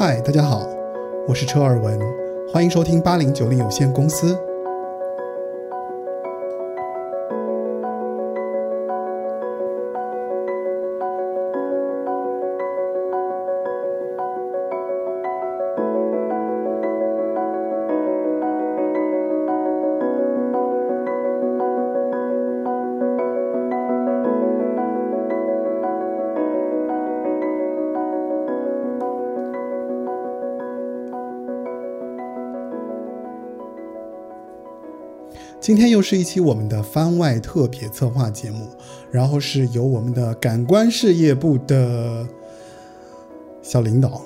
嗨，大家好，我是车尔文，欢迎收听8090有限公司。今天又是一期我们的番外特别策划节目，然后是由我们的感官事业部的小领导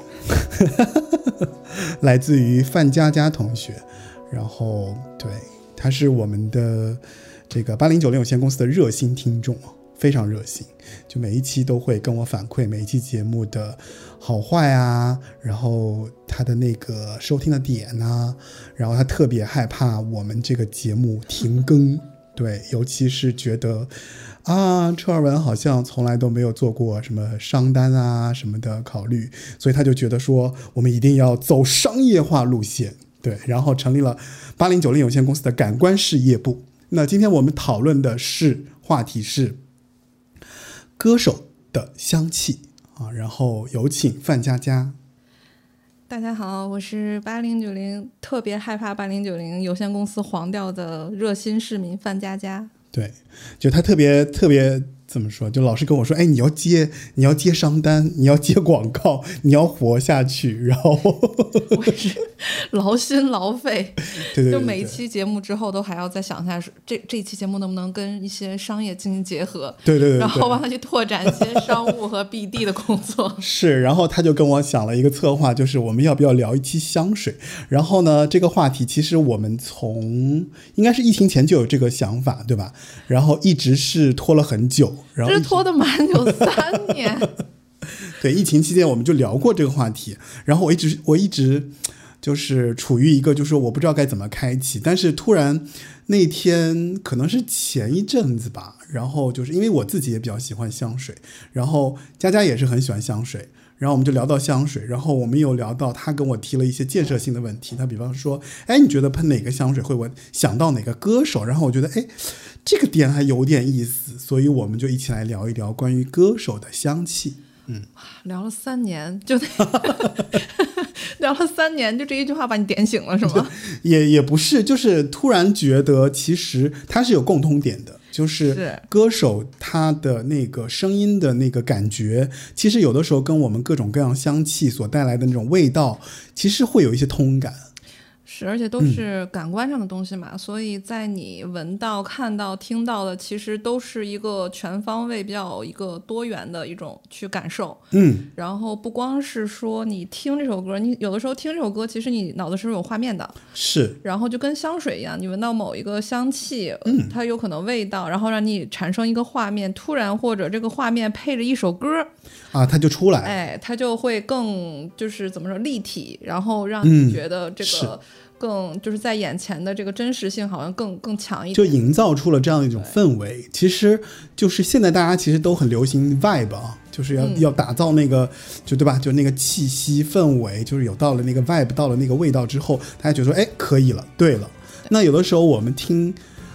来自于范佳佳同学，然后对，他是我们的这个8090有限公司的热心听众，非常热心，就每一期都会跟我反馈每一期节目的好坏啊，然后他的那个收听的点啊，然后他特别害怕我们这个节目停更，对，尤其是觉得车尔文好像从来都没有做过什么商单啊什么的考虑，所以他就觉得说我们一定要走商业化路线，对，然后成立了8090有限公司的感官事业部。那今天我们讨论的话题是歌手的香气啊，然后有请范佳佳。 大家好，我是8090特别害怕8090有限公司黄调的热心市民范佳佳。 对，就他特别怎么说，就老是跟我说，哎，你要接商单，你要接广告，你要活下去，然后我是劳心劳肺， 对， 就每一期节目之后都还要再想一下这一期节目能不能跟一些商业进行结合， 对， 然后帮他去拓展一些商务和 BD 的工作。 是，然后他就跟我想了一个策划，就是我们要不要聊一期香水。然后呢，这个话题其实我们从应该是疫情前就有这个想法，对吧？然后一直是拖了很久，然后这拖的蛮久，3年。 对，疫情期间我们就聊过这个话题，然后我一直就是处于一个就是我不知道该怎么开启，但是突然那天可能是前一阵子吧，然后就是因为我自己也比较喜欢香水，然后佳佳也是很喜欢香水，然后我们就聊到香水，然后我们有聊到他跟我提了一些建设性的问题，他比方说，哎，你觉得喷哪个香水会我想到哪个歌手，然后我觉得哎，这个点还有点意思，所以我们就一起来聊一聊关于歌手的香气。 聊了3年，就聊了3年，就这一句话把你点醒了是吗？ 也不是，就是突然觉得其实它是有共通点的，就是歌手他的那个声音的那个感觉，其实有的时候跟我们各种各样香气所带来的那种味道其实会有一些通感。 是，而且都是感官上的东西嘛，所以在你闻到、看到、听到的，其实都是一个全方位、比较一个多元的一种去感受。然后不光是说你听这首歌，你有的时候听这首歌，其实你脑子是有画面的。是，然后就跟香水一样，你闻到某一个香气，它有可能味道，然后让你产生一个画面，突然或者这个画面配着一首歌啊，它就出来， 哎，它就会更就是怎么说立体，然后让你觉得这个。更就是在眼前的这个真实性好像更强一点， 就营造出了这样一种氛围。其实就是现在大家其实都很流行 vibe 啊，就是要打造那个就对吧，就那个气息氛围，就是有到了那个 vibe， 到了那个味道之后，大家觉得说哎可以了，对了。那有的时候我们听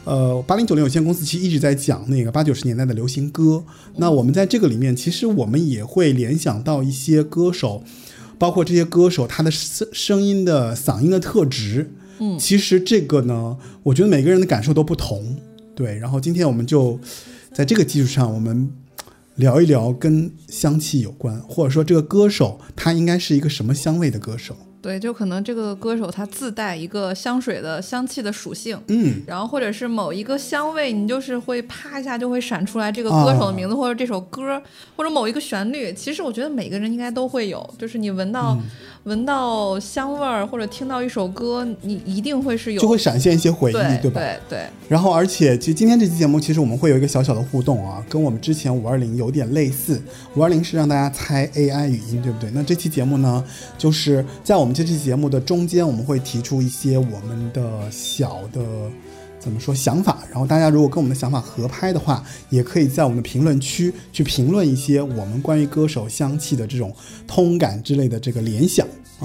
8090有限公司其实一直在讲那个80、90年代的流行歌，那我们在这个里面其实我们也会联想到一些歌手，包括这些歌手他的声音的嗓音的特质，其实这个呢我觉得每个人的感受都不同，对。然后今天我们就在这个基础上，我们聊一聊跟香气有关，或者说这个歌手他应该是一个什么香味的歌手。 对，就可能这个歌手他自带一个香水的香气的属性，然后或者是某一个香味，你就是会啪一下就会闪出来这个歌手的名字，或者这首歌，或者某一个旋律。其实我觉得每个人应该都会有，就是你闻到香味儿，或者听到一首歌，你一定会是有， 就会闪现一些回忆，对吧？ 对。 然后而且其实今天这期节目其实我们会有一个小小的互动啊，跟我们之前520有点类似。520是让大家猜 AI 语音，对不对？那这期节目呢，就是在我们这期节目的中间，我们会提出一些我们的小的怎么说想法，然后大家如果跟我们的想法合拍的话，也可以在我们的评论区去评论一些我们关于歌手香气的这种通感之类的这个联想。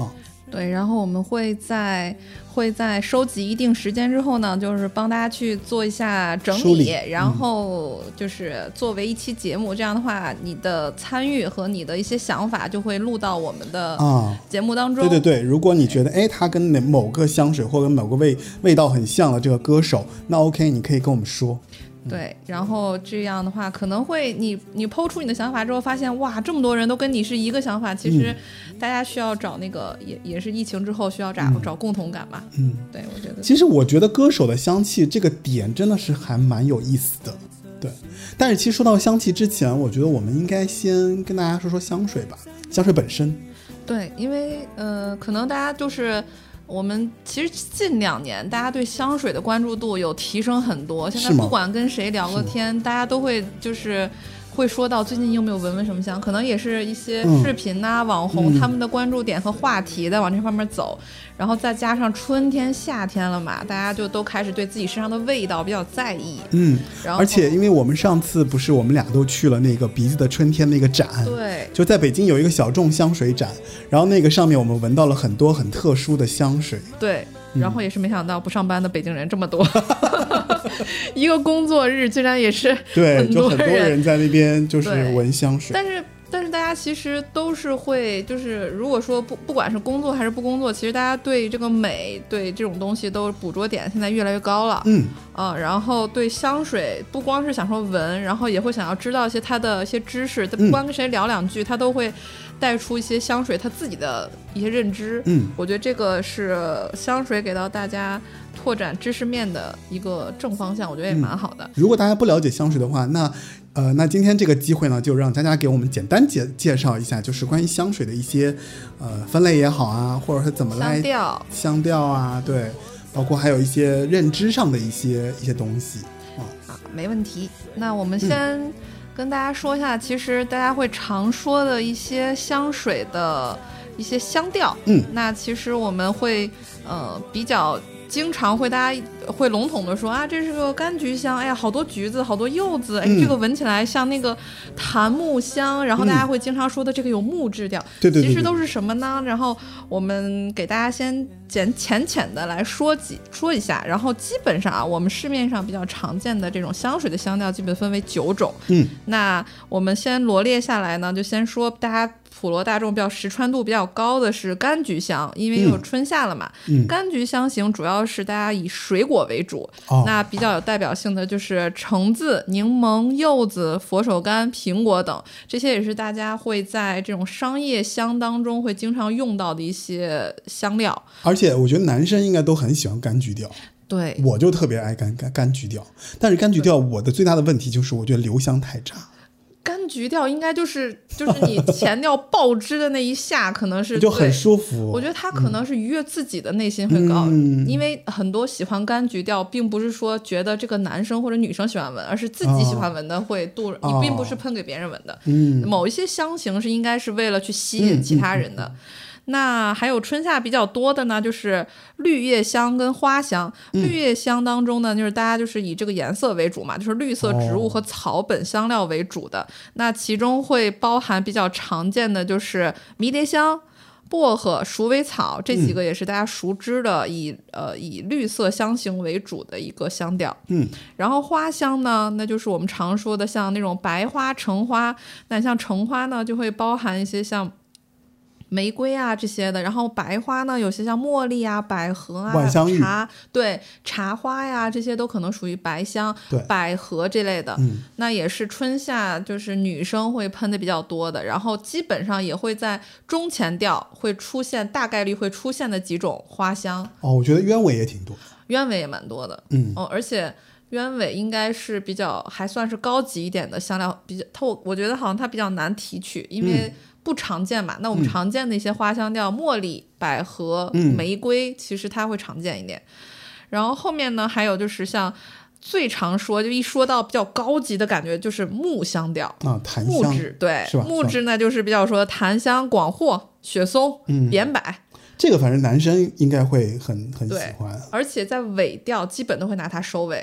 对，然后我们会在收集一定时间之后呢，就是帮大家去做一下整理，然后就是作为一期节目，这样的话你的参与和你的一些想法就会录到我们的节目当中。 对对对，如果你觉得它跟某个香水或者某个味道很像的这个歌手，那 OK 你可以跟我们说。 对，然后这样的话可能会你抛出你的想法之后发现，哇，这么多人都跟你是一个想法，其实大家需要找那个也是疫情之后需要找共同感吧。对，我觉得其实我觉得歌手的香气这个点真的是还蛮有意思的。对，但是其实说到香气之前，我觉得我们应该先跟大家说说香水吧，香水本身。 对，因为可能大家就是我们其实近2年大家对香水的关注度有提升很多，现在不管跟谁聊个天，大家都会就是会说到最近有没有闻什么香，可能也是一些视频啊、网红他们的关注点和话题在往这方面走，然后再加上春天夏天了嘛，大家就都开始对自己身上的味道比较在意。然后而且因为我们上次不是我们俩都去了那个鼻子的春天那个展， 对， 就在北京有一个小众香水展，然后那个上面我们闻到了很多很特殊的香水。 对，然后也是没想到不上班的北京人这么多一个工作日竟然也是对，就很多人在那边就是闻香水。 但是大家其实都是会，就是如果说不管是工作还是不工作，其实大家对这个美对这种东西都捕捉点现在越来越高了。然后对香水不光是想说闻，然后也会想要知道一些它的一些知识，不光跟谁聊2句，他都会带出一些香水他自己的一些认知。我觉得这个是香水给到大家拓展知识面的一个正方向，我觉得也蛮好的。 如果大家不了解香水的话，那今天这个机会呢，就让佳佳给我们简单介绍一下，就是关于香水的一些分类也好啊，或者是怎么来香调啊，对，包括还有一些认知上的一些东西没问题。那我们先跟大家说一下，其实大家会常说的一些香水的一些香调。那其实我们会比较经常会大家会笼统的说啊，这是个柑橘香，哎呀，好多橘子，好多柚子，哎，这个闻起来像那个檀木香，然后大家会经常说的这个有木质调， 对， 其实都是什么呢？然后我们给大家先浅的来说一下，然后基本上啊，我们市面上比较常见的这种香水的香调基本分为9种。那我们先罗列下来呢，就先说大家普罗大众比较实穿度比较高的是柑橘香，因为有春夏了嘛。柑橘香型主要是大家以水果为主，那比较有代表性的就是橙子、柠檬、柚子、佛手柑、苹果等，这些也是大家会在这种商业香当中会经常用到的一些香料。 而且我觉得男生应该都很喜欢柑橘调。 对， 我就特别爱柑橘调，但是柑橘调我的最大的问题就是我觉得留香太差。 柑橘调应该就是你前调爆汁的那一下可能是就很舒服， 我觉得它可能是愉悦自己的内心会高。因为很多喜欢柑橘调并不是说觉得这个男生或者女生喜欢闻，而是自己喜欢闻的会你并不是喷给别人闻的。某一些香型是应该是为了去吸引其他人的。那还有春夏比较多的呢，就是绿叶香跟花香。绿叶香当中呢，就是大家就是以这个颜色为主嘛，就是绿色植物和草本香料为主的。那其中会包含比较常见的就是迷迭香、薄荷、鼠尾草，这几个也是大家熟知的以绿色香型为主的一个香调。然后花香呢，那就是我们常说的像那种白花、橙花。那像橙花呢，就会包含一些像玫瑰啊这些的，然后白花呢，有些像茉莉啊、百合啊、茶花呀，这些都可能属于白香，百合这类的。那也是春夏就是女生会喷的比较多的，然后基本上也会在中前调会出现，大概率会出现的几种花香。 我觉得鸢尾也挺多， 鸢尾也蛮多的。而且鸢尾应该是比较还算是高级一点的香料，我觉得好像它比较难提取，因为不常见嘛。那我们常见的一些花香调，茉莉、百合、玫瑰，其实它会常见一点。然后后面呢，还有就是像最常说，就一说到比较高级的感觉，就是木香调檀香， 木质，对， 是吧？ 木质呢就是比较说檀香、广藿、雪松、扁柏。 这个反正男生应该会很喜欢， 而且在尾调基本都会拿它收尾。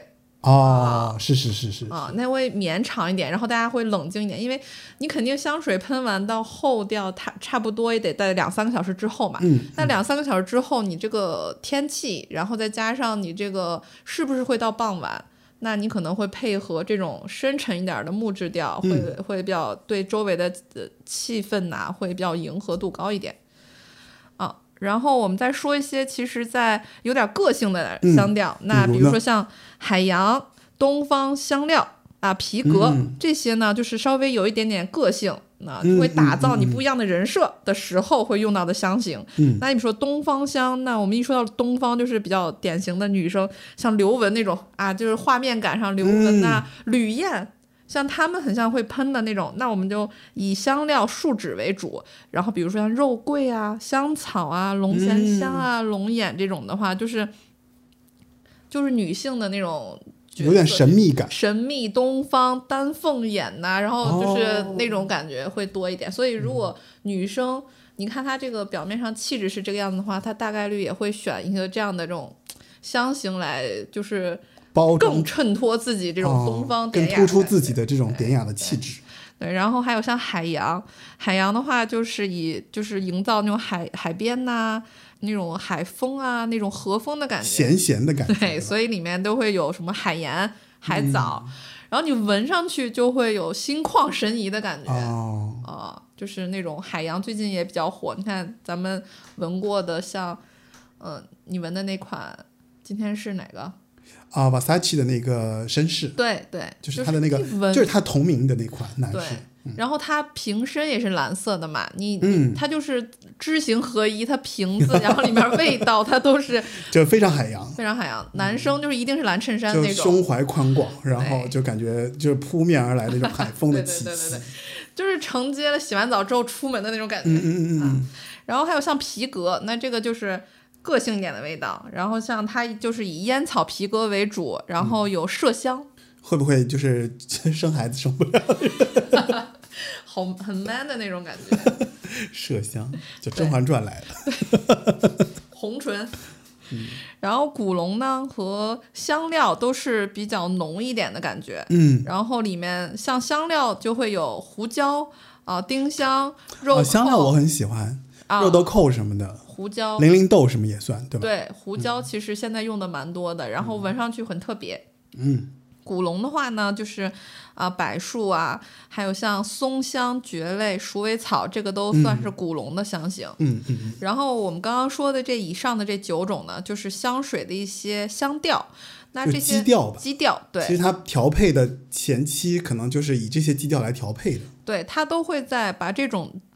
是那会绵长一点，然后大家会冷静一点，因为你肯定香水喷完到后调，它差不多也得在2-3个小时之后嘛。那2-3个小时之后，你这个天气，然后再加上你这个是不是会到傍晚，那你可能会配合这种深沉一点的木质调，会比较对周围的气氛呐，会比较迎合度高一点然后我们再说一些其实在有点个性的香调，那比如说像海洋、东方香料皮革这些呢，就是稍微有一点点个性，会打造你不一样的人设的时候会用到的香型。那你说东方香，那我们一说到东方就是比较典型的女生，像刘雯那种就是画面感上刘雯吕燕，像他们很像会喷的那种，那我们就以香料树脂为主，然后比如说像肉桂香草龙涎香龙眼这种的话，就是女性的那种有点神秘感， 神秘东方丹凤眼然后就是那种感觉会多一点。所以如果女生你看她这个表面上气质是这个样子的话，她大概率也会选一个这样的这种香型来就是更衬托自己这种东方典雅， 更突出自己的这种典雅的气质。 对，然后还有像海洋的话，就是营造那种海边那种海风那种和风的感觉， 咸咸的感觉。 对，所以里面都会有什么海盐、海藻，然后你闻上去就会有心旷神怡的感觉。就是那种海洋最近也比较火，你看咱们闻过的像你闻的那款今天是哪个 Versace 的那个绅士， 对， 就是它的那个就是它同名的那款男士。 然后它瓶身也是蓝色的嘛，它就是知行合一，它瓶子然后里面味道它都是就非常海洋， 非常海洋。男生就是一定是蓝衬衫那种， 就胸怀宽广，然后就感觉就是扑面而来那种海风的气息， 对，就是承接了洗完澡之后出门的那种感觉。然后还有像皮革，那这个就是个性一点的味道，然后像它就是以烟草皮革为主，然后有麝香。 会不会就是生孩子生不了很 man 的那种感觉。 麝香就《甄嬛传》来了。 红唇。然后古龙呢和香料都是比较浓一点的感觉。然后里面像香料就会有胡椒丁香、肉蔻。 香料我很喜欢，肉豆蔻什么的， 胡椒、 零零豆什么也算，对吧？ 对，胡椒其实现在用的蛮多的，然后闻上去很特别。古龙的话呢，就是柏树还有像松香、蕨类、鼠尾草，这个都算是古龙的香型。然后我们刚刚说的这以上的这9种呢，就是香水的一些香调。那这些基调对， 其实它调配的前期可能就是以这些基调来调配的。 对，它都会把这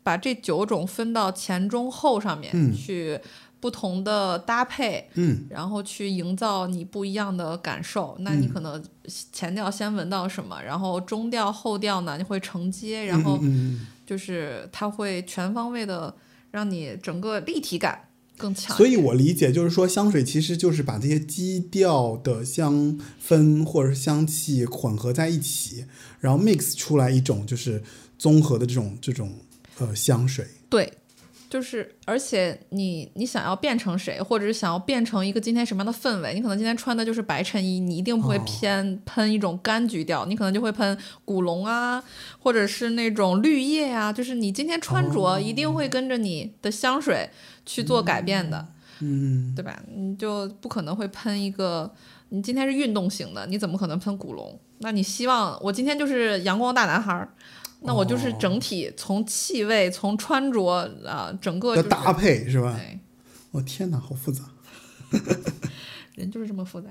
9种分到前中后上面去。不同的搭配然后去营造你不一样的感受。那你可能前调先闻到什么，然后中调后调呢你会承接，然后就是它会全方位的让你整个立体感更强。 所以我理解就是说，香水其实就是把这些基调的香氛或者是香气混合在一起，然后 mix 出来一种就是综合的这种香水。 对，就是而且你想要变成谁，或者是想要变成一个今天什么样的氛围，你可能今天穿的就是白衬衣，你一定不会喷一种柑橘调，你可能就会喷古龙或者是那种绿叶就是你今天穿着一定会跟着你的香水去做改变的。对吧？你就不可能会喷一个，你今天是运动型的，你怎么可能喷古龙？那你希望我今天就是阳光大男孩，那我就是整体从气味从穿着整个就是搭配是吧？我天哪，好复杂。 人就是这么复杂。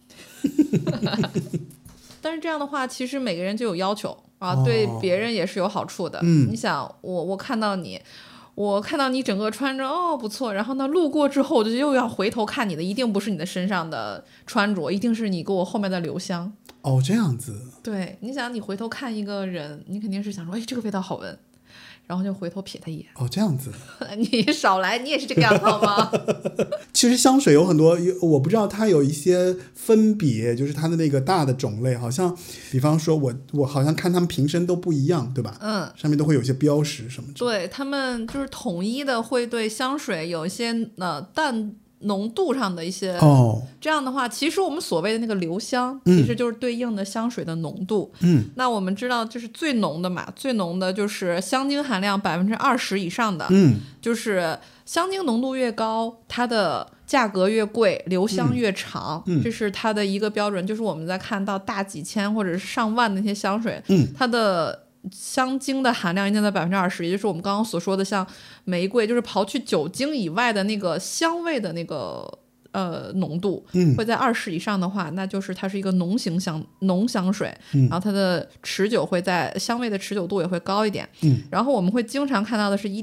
但是这样的话其实每个人就有要求对别人也是有好处的。你想我看到你整个穿着不错，然后呢路过之后我就又要回头看你的，一定不是你的身上的穿着，一定是你给我后面的留香。 这样子。对， 你想你回头看一个人，你肯定是想说这个味道好闻，然后就回头瞥他一眼。 这样子。 你少来，你也是这个样子好吗？ 其实香水有很多，我不知道它有一些分别，就是它的那个大的种类，好像比方说我好像看他们瓶身都不一样，对吧？上面都会有一些标识什么的。 对，他们就是统一的会对香水有一些浓度上的一些这样的话，其实我们所谓的那个留香，其实就是对应的香水的浓度。那我们知道就是最浓的嘛，最浓的就是香精含量20%以上的，就是香精浓度越高，它的价格越贵，留香越长，这是它的一个标准。就是我们在看到大几千或者是上万的那些香水，它的香精的含量一定在20%，也就是我们刚刚所说的像玫瑰，就是刨去酒精以外的那个香味的那个浓度，会在20以上的话，那就是它是一个浓香水，然后它的持久会在香味的持久度也会高一点。然后我们会经常看到的是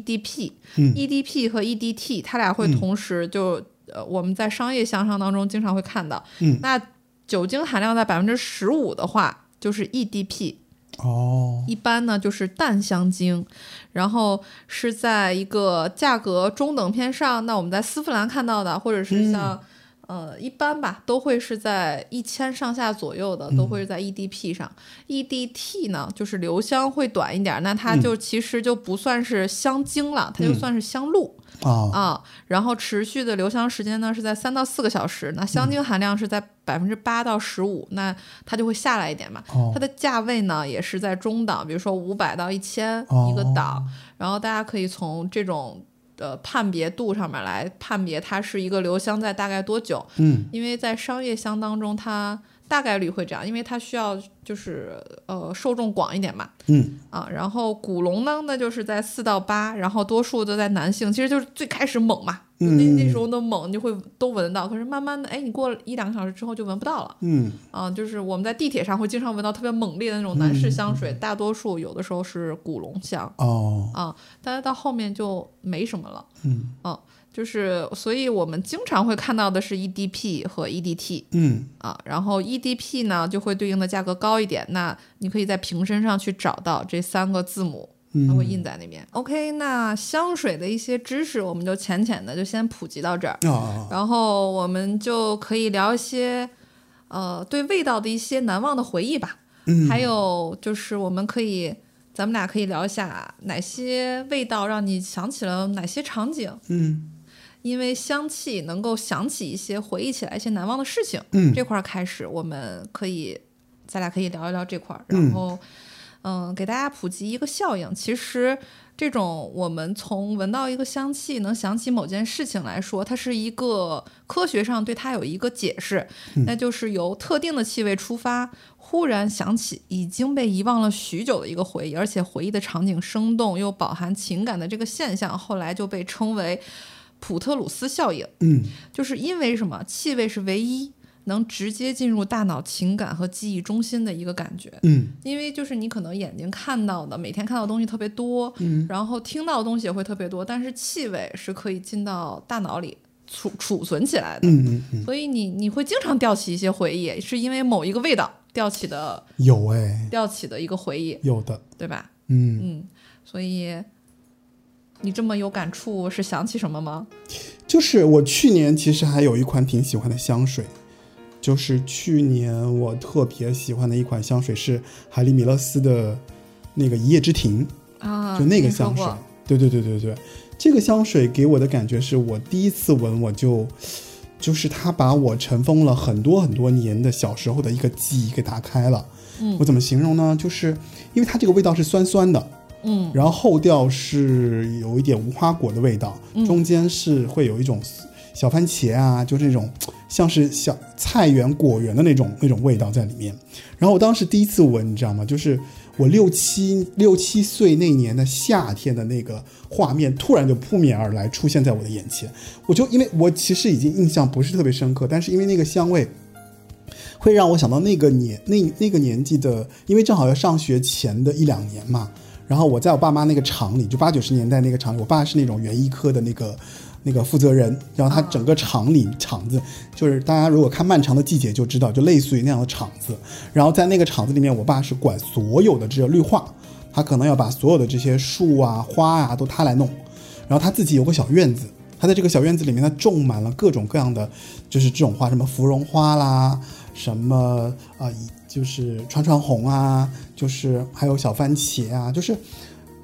EDP，EDP 和 EDT 它俩会同时就我们在商业香商当中经常会看到。那酒精含量在15%的话就是 EDP。一般呢就是淡香精，然后是在一个价格中等偏上，那我们在丝芙兰看到的，或者是像一般吧，都会是在1000上下左右的，都会是在 EDP 上。EDT 呢就是留香会短一点，那它就其实就不算是香精了，它就算是香露。然后持续的留香时间呢是在3到4个小时，那香精含量是在8%到15%，那它就会下来一点嘛。它的价位呢也是在中档，比如说500到1000一个档，然后大家可以从这种判别度上面来判别它是一个留香在大概多久。因为在商业香当中它大概率会这样，因为它需要就是受众广一点嘛。然后古龙呢那就是在4到8，然后多数都在男性，其实就是最开始猛嘛，那时候的猛你会都闻到，可是慢慢的你过了1-2个小时之后就闻不到了。就是我们在地铁上会经常闻到特别猛烈的那种男士香水，大多数有的时候是古龙香。但是到后面就没什么了。就是所以我们经常会看到的是 EDP 和 EDT。然后 EDP 呢就会对应的价格高一点，那你可以在瓶身上去找到这3个字母，它会印在那边。OK， 那香水的一些知识我们就浅浅的就先普及到这儿。然后我们就可以聊一些对味道的一些难忘的回忆吧。还有就是咱们俩可以聊一下哪些味道让你想起了哪些场景。因为香气能够想起一些回忆起来一些难忘的事情。这块开始咱俩可以聊一聊这块，然后给大家普及一个效应。其实这种我们从闻到一个香气能想起某件事情来说，它是一个科学上对它有一个解释，那就是由特定的气味出发，忽然想起已经被遗忘了许久的一个回忆，而且回忆的场景生动又饱含情感的这个现象，后来就被称为普特鲁斯效应。就是因为什么？气味是唯一能直接进入大脑情感和记忆中心的一个感觉。因为就是你可能眼睛看到的每天看到的东西特别多，然后听到的东西也会特别多，但是气味是可以进到大脑里储存起来的。所以你会经常调起一些回忆，是因为某一个味道调起的一个回忆， 有的， 对吧？所以你这么有感触是想起什么吗？ 就是我去年其实还有一款挺喜欢的香水，就是去年我特别喜欢的一款香水是海莉米勒斯的那个一夜之庭就那个香水。对，这个香水给我的感觉是我第一次闻就是它把我尘封了很多很多年的小时候的一个记忆给打开了。我怎么形容呢？就是因为它这个味道是酸酸的，然后后调是有一点无花果的味道，中间是会有一种小番茄啊，就是那种像是小菜园果园的那种味道在里面。然后我当时第一次闻，你知道吗？就是我六七岁那年的夏天的那个画面突然就扑面而来，出现在我的眼前。因为我其实已经印象不是特别深刻，但是因为那个香味会让我想到那个年纪的，因为正好要上学前的1-2年嘛。然后我在我爸妈那个厂里，就80、90年代那个厂里，我爸是那种园艺科的那个负责人，然后他整个厂子就是大家如果看漫长的季节就知道，就类似于那样的厂子。然后在那个厂子里面，我爸是管所有的这个绿化，他可能要把所有的这些树啊花啊都他来弄。然后他自己有个小院子，他在这个小院子里面他种满了各种各样的就是这种花，什么芙蓉花啦，什么就是川红啊，就是还有小番茄啊，就是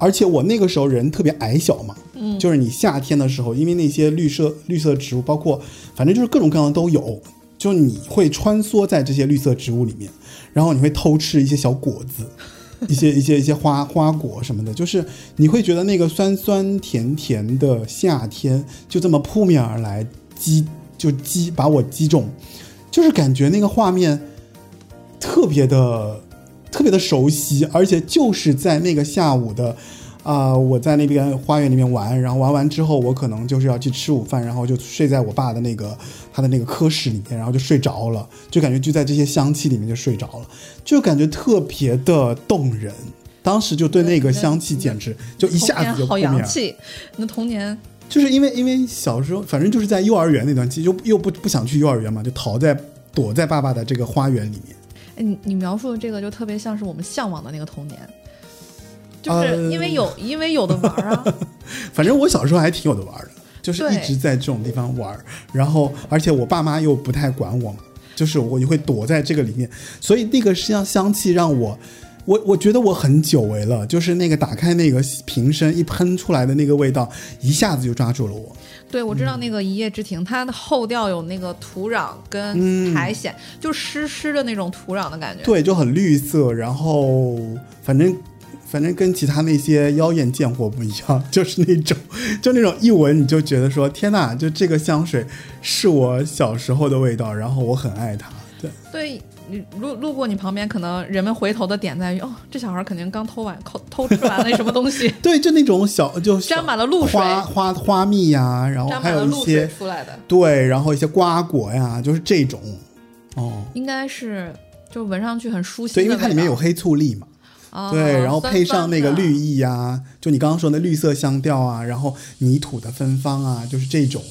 而且我那个时候人特别矮小嘛，就是你夏天的时候，因为那些绿色植物，包括反正就是各种各样的都有，就你会穿梭在这些绿色植物里面，然后你会偷吃一些小果子，一些花果什么的，就是你会觉得那个酸酸甜甜的夏天就这么扑面而来，把我击中，就是感觉那个画面特别的熟悉，而且就是在那个下午的我在那边花园里面玩，然后玩完之后我可能就是要去吃午饭，然后就睡在我爸的他的那个科室里面，然后就睡着了，就感觉就在这些香气里面就睡着了，就感觉特别的动人。当时就对那个香气简直就一下子就扑面。 好洋气，你的童年就是因为小时候反正就是在幼儿园那段期又不想去幼儿园嘛，就躲在爸爸的这个花园里面。 你描述的这个就特别像是我们向往的那个童年，就是因为有的玩啊。 反正我小时候还挺有的玩的，就是一直在这种地方玩，然后而且我爸妈又不太管我嘛，就是我就会躲在这个里面，所以那个香气让我觉得我很久违了，就是那个打开那个瓶身一喷出来的那个味道，一下子就抓住了我。 对，我知道那个一夜之庭，它的后调有那个土壤跟苔藓，就湿的那种土壤的感觉。 对，就很绿色，然后反正跟其他那些妖艳贱货不一样，就是那种一闻你就觉得说天哪，就这个香水是我小时候的味道，然后我很爱它。 对，你路过你旁边，可能人们回头的点在于，这小孩肯定刚偷吃完那什么东西。 对，就那种就沾满了露水花蜜呀，然后还有一些出来的， 对，然后一些瓜果呀，就是这种。 应该是就闻上去很舒心的味道。对， 因为它里面有黑醋栗嘛。对，然后配上那个绿意啊，就你刚刚说的绿色香调啊，然后泥土的芬芳啊，就是这种。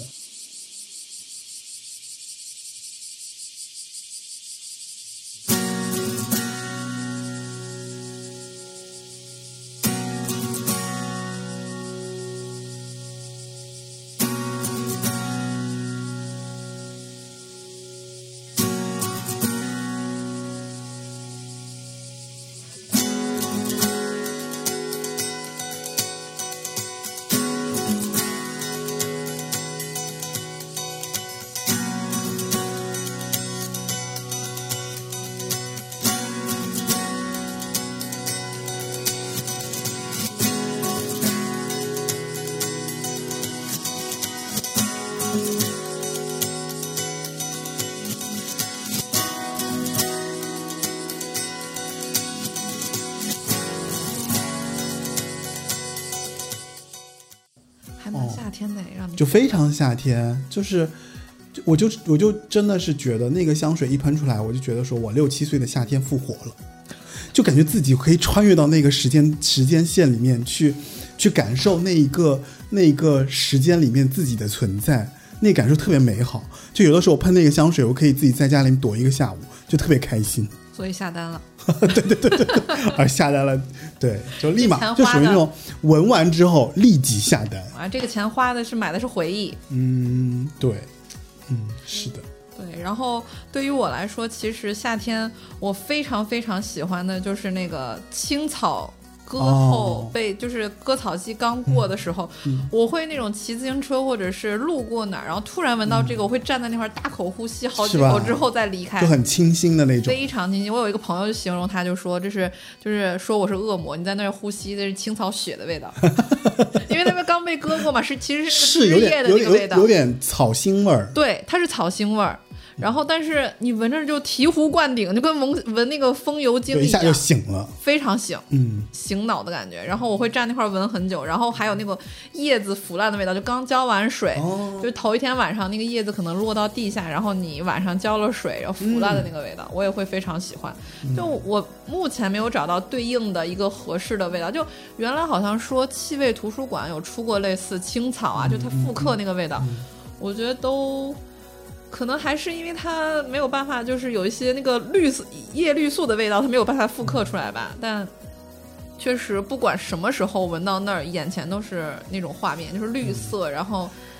就非常夏天，就是我就真的是觉得那个香水一喷出来，我就觉得说我6、7岁的夏天复活了，就感觉自己可以穿越到那个时间线里面去感受那一个时间里面自己的存在，那感受特别美好。就有的时候我喷那个香水，我可以自己在家里面躲一个下午，就特别开心。 所以下单了。 对，而下单了，对，就立马就属于那种闻完之后立即下单。 这个钱花的是买的是回忆。 对，是的。 对，然后对于我来说，其实夏天我非常非常喜欢的就是那个青草割后就是割草季刚过的时候，我会那种骑自行车或者是路过哪儿，然后突然闻到这个，我会站在那块大口呼吸好几口之后再离开， 就很清新的那种， 非常清新。我有一个朋友就形容他，就说就是说我是恶魔，你在那儿呼吸的是青草血的味道，因为那边刚被割过嘛，其实是枝叶的那个味道， 有点草腥味儿。 对，它是草腥味儿。然后但是你闻着就醍醐灌顶，就跟闻那个风油精一样， 一下就醒了， 非常醒，醒脑的感觉。然后我会站那块闻很久，然后还有那个叶子腐烂的味道，就刚浇完水，就头一天晚上那个叶子可能落到地下，然后你晚上浇了水，然后腐烂的那个味道，我也会非常喜欢。就我目前没有找到对应的一个合适的味道，就原来好像说气味图书馆有出过类似青草啊，就它复刻那个味道，我觉得都可能还是因为它没有办法，就是有一些那个叶绿素的味道，它没有办法复刻出来吧。但确实不管什么时候闻到那儿，眼前都是那种画面，就是绿色，然后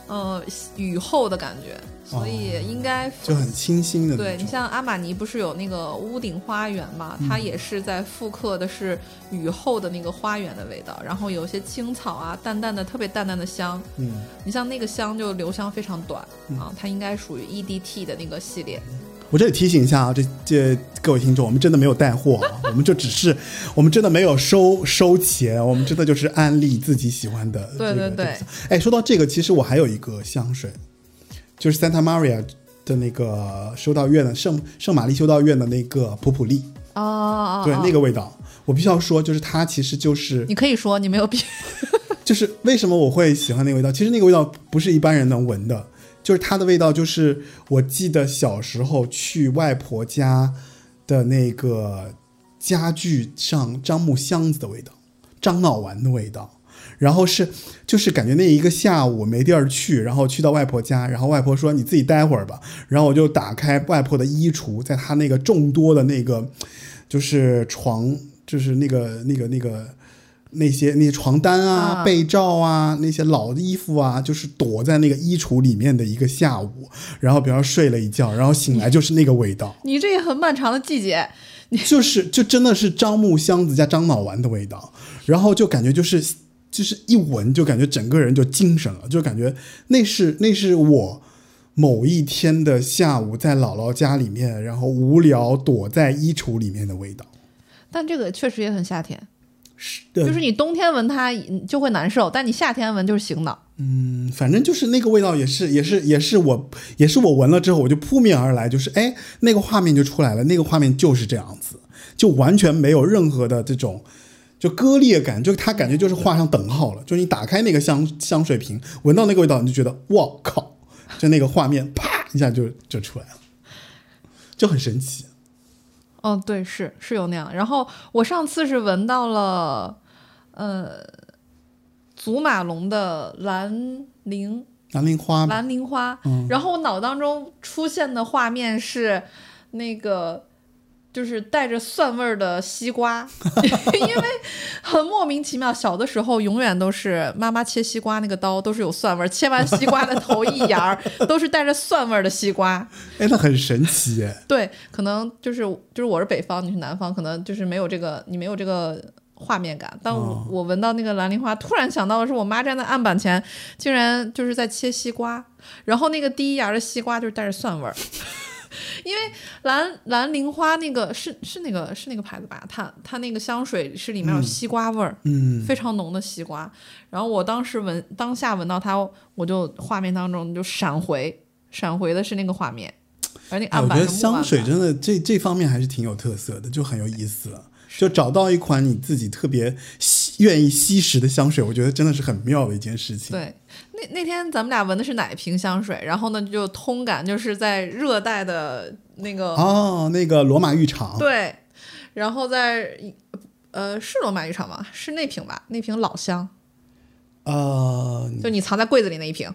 雨后的感觉，所以应该就很清新的那种。 对，你像阿玛尼不是有那个屋顶花园嘛，它也是在复刻的是雨后的那个花园的味道，然后有些青草啊，淡淡的特别淡淡的香。你像那个香就留香非常短啊，它应该属于 EDT 的那个系列。 我这里提醒一下啊，这各位听众，我们真的没有带货啊，我们真的没有收钱，我们真的就是安利自己喜欢的。 对对对。 哎，说到这个，其实我还有一个香水，就是 Santa Maria 的那个修道院的圣玛丽修道院的那个普普利。对，那个味道，我必须要说，就是它其实就是你可以说你没有必就是为什么我会喜欢那个味道？其实那个味道不是一般人能闻的。就是它的味道，就是我记得小时候去外婆家的那个家具上樟木箱子的味道，樟脑丸的味道。然后就是感觉那一个下午没地儿去，然后去到外婆家，然后外婆说你自己待会儿吧，然后我就打开外婆的衣橱，在她那个众多的那个就是床，就是那些床单啊、被罩啊、那些老的衣服啊，就是躲在那个衣橱里面的一个下午，然后比方说睡了一觉，然后醒来就是那个味道。 你这也很漫长的季节， 就真的是樟木箱子加樟脑丸的味道，然后就感觉就是一闻就感觉整个人就精神了，就感觉那是我某一天的下午在姥姥家里面，然后无聊躲在衣橱里面的味道。 但这个确实也很夏天。就是你冬天闻它就会难受，但你夏天闻就是醒脑。 反正就是那个味道也是我闻了之后我就扑面而来，就是那个画面就出来了，那个画面就是这样子，就完全没有任何的这种就割裂感，就它感觉就是画上等号了。就你打开那个香水瓶，闻到那个味道，你就觉得哇靠，就那个画面啪一下就出来了，就很神奇。 对，是有那样。然后我上次是闻到了祖马龙的蓝铃花，然后我脑当中出现的画面是那个就是带着蒜味的西瓜因为很莫名其妙，小的时候永远都是妈妈切西瓜那个刀都是有蒜味，切完西瓜的头一芽都是带着蒜味的西瓜。 那很神奇耶。 对，可能就是我是北方，你是南方，可能就是你没有这个画面感。当我闻到那个蓝铃花，突然想到的是我妈站在案板前竟然就是在切西瓜，然后那个第一芽的西瓜就是带着蒜味因为蓝铃花那个是那个牌子吧，它那个香水是里面有西瓜味儿，非常浓的西瓜。然后我当下闻到它，我就画面当中就闪回的是那个画面，而那案板。 我觉得香水真的这方面还是挺有特色的，就很有意思了。就找到一款你自己特别愿意吸食的香水，我觉得真的是很妙的一件事情。 对，那天咱们俩闻的是哪瓶香水？然后呢，就通感就是在热带的那个那个罗马浴场。 对，然后在是罗马浴场吗？是那瓶吧？那瓶老香。就你藏在柜子里那一瓶。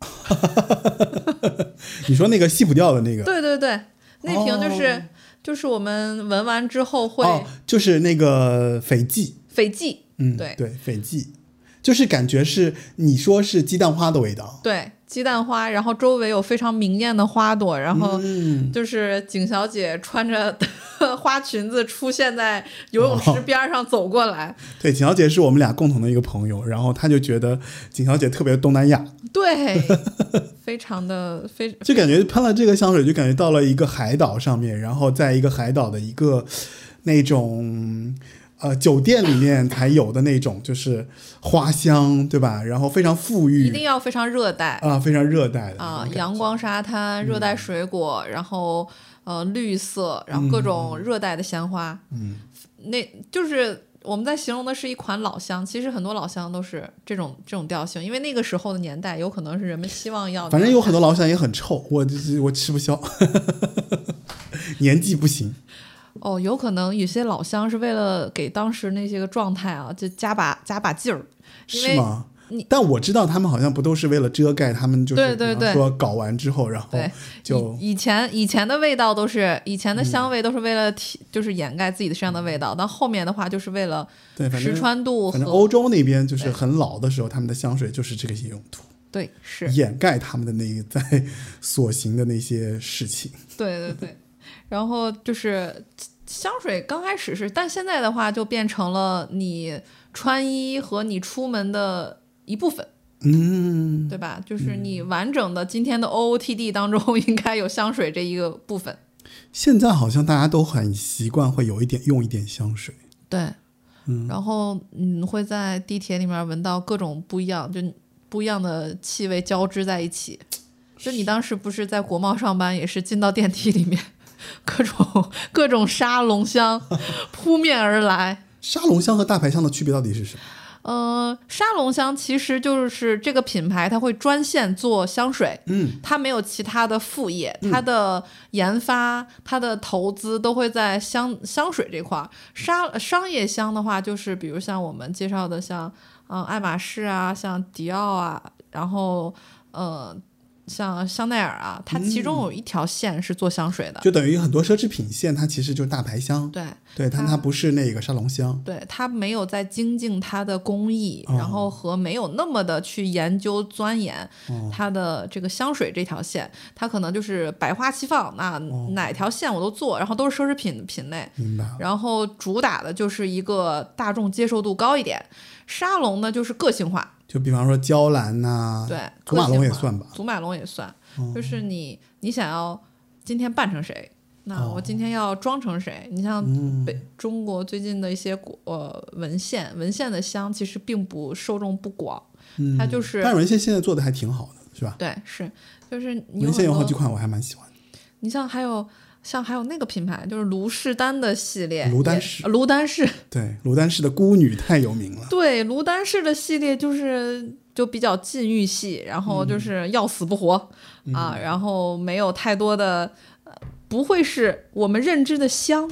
你说那个西普调的那个？ 对对对，那瓶就是我们闻完之后会就是那个斐济， 对， 斐济，就是感觉是你说是鸡蛋花的味道， 对，鸡蛋花，然后周围有非常明艳的花朵，然后就是景小姐穿着花裙子出现在游泳池边上走过来。 对，景小姐是我们俩共同的一个朋友，然后他就觉得景小姐特别东南亚， 对，非常就感觉喷了这个香水就感觉到了一个海岛上面，然后在一个海岛的一个那种酒店里面才有的那种就是花香，对吧？然后非常富裕， 一定要非常热带非常热带的阳光沙滩、热带水果，然后绿色，然后各种热带的鲜花。那就是我们在形容的是一款老香，其实很多老香都是这种调性，因为那个时候的年代有可能是人们希望要， 反正有很多老香也很臭，我吃不消年纪不行。 有可能有些老香是为了给当时那些个状态就加把劲儿。 是吗？但我知道他们好像不都是为了遮盖，他们就是比方说搞完之后然后就以前的味道都是以前的香味都是为了就是掩盖自己的身上的味道，但后面的话就是为了实穿度。 反正欧洲那边就是很老的时候，他们的香水就是这个用途。 对，是掩盖他们的那个在所行的那些事情。 对对对，然后就是香水刚开始是，但现在的话就变成了你穿衣和你出门的一部分。对吧？就是你完整的今天的 OOTD 当中应该有香水这一个部分。 现在好像大家都很习惯会有一点用一点香水。 对，然后会在地铁里面闻到各种不一样，就不一样的气味交织在一起。就你当时不是在国贸上班，也是进到电梯里面，各种沙龙香扑面而来。 沙龙香和大牌香的区别到底是什么？ 沙龙香其实就是这个品牌，它会专线做香水，它没有其他的副业，它的研发、它的投资都会在香水这块儿。商业香的话，就是比如像我们介绍的像爱马仕啊，像迪奥啊，然后像香奈儿啊，它其中有一条线是做香水的， 就等于很多奢侈品线它其实就是大牌香。对，但它不是那个沙龙香。 对，它没有在精进它的工艺，然后和没有那么的去研究钻研它的这个香水这条线，它可能就是百花齐放，那哪条线我都做，然后都是奢侈品品类。 明白。 然后主打的就是一个大众接受度高一点，沙龙呢就是个性化。 就比方说娇兰呐， 对， 祖马龙也算吧。 祖马龙也算，就是你想要今天扮成谁，那我今天要装成谁？你像中国最近的一些文献的香，其实并不受众不广，它就是。 但文献现在做的还挺好的，是吧？ 对，是，就是文献有好几款，我还蛮喜欢的。 你像还有那个品牌，就是卢士丹的系列， 卢丹氏，对，卢丹氏的孤女太有名了。 对，卢丹氏的系列就比较禁欲系，然后就是要死不活啊，然后没有太多的，不会是我们认知的香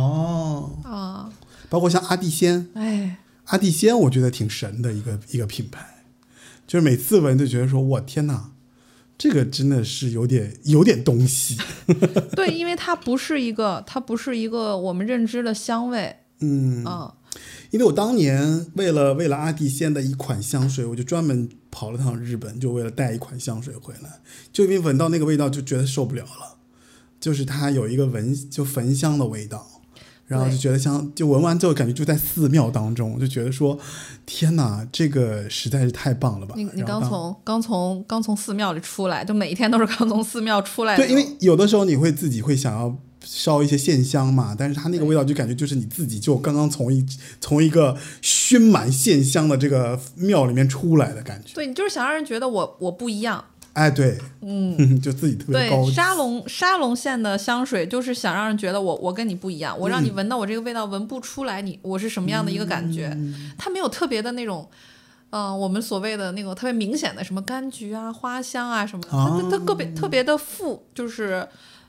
包括像阿蒂仙，阿蒂仙我觉得挺神的一个品牌，就是每次闻就觉得说，我天哪！这个真的是有点东西。 对，因为它不是一个我们认知的香味。 因为我当年为了阿蒂仙的一款香水，我就专门跑了趟日本，就为了带一款香水回来，就因为闻到那个味道就觉得受不了了，就是它有一个焚香的味道。然后就觉得就闻完之后感觉就在寺庙当中，我就觉得说天哪，这个实在是太棒了吧。 你刚从寺庙里出来，就每一天都是刚从寺庙出来的。 对，因为有的时候你自己会想要烧一些线香嘛，但是它那个味道就感觉就是你自己就刚刚从一个熏满线香的这个庙里面出来的感觉。 对，你就是想让人觉得我不一样。 对，就自己特别高级。 对，沙龙线的香水就是想让人觉得我跟你不一样，我让你闻到我这个味道闻不出来我是什么样的一个感觉。它没有特别的那种我们所谓的那种特别明显的什么柑橘啊、花香啊什么的，它特别的就是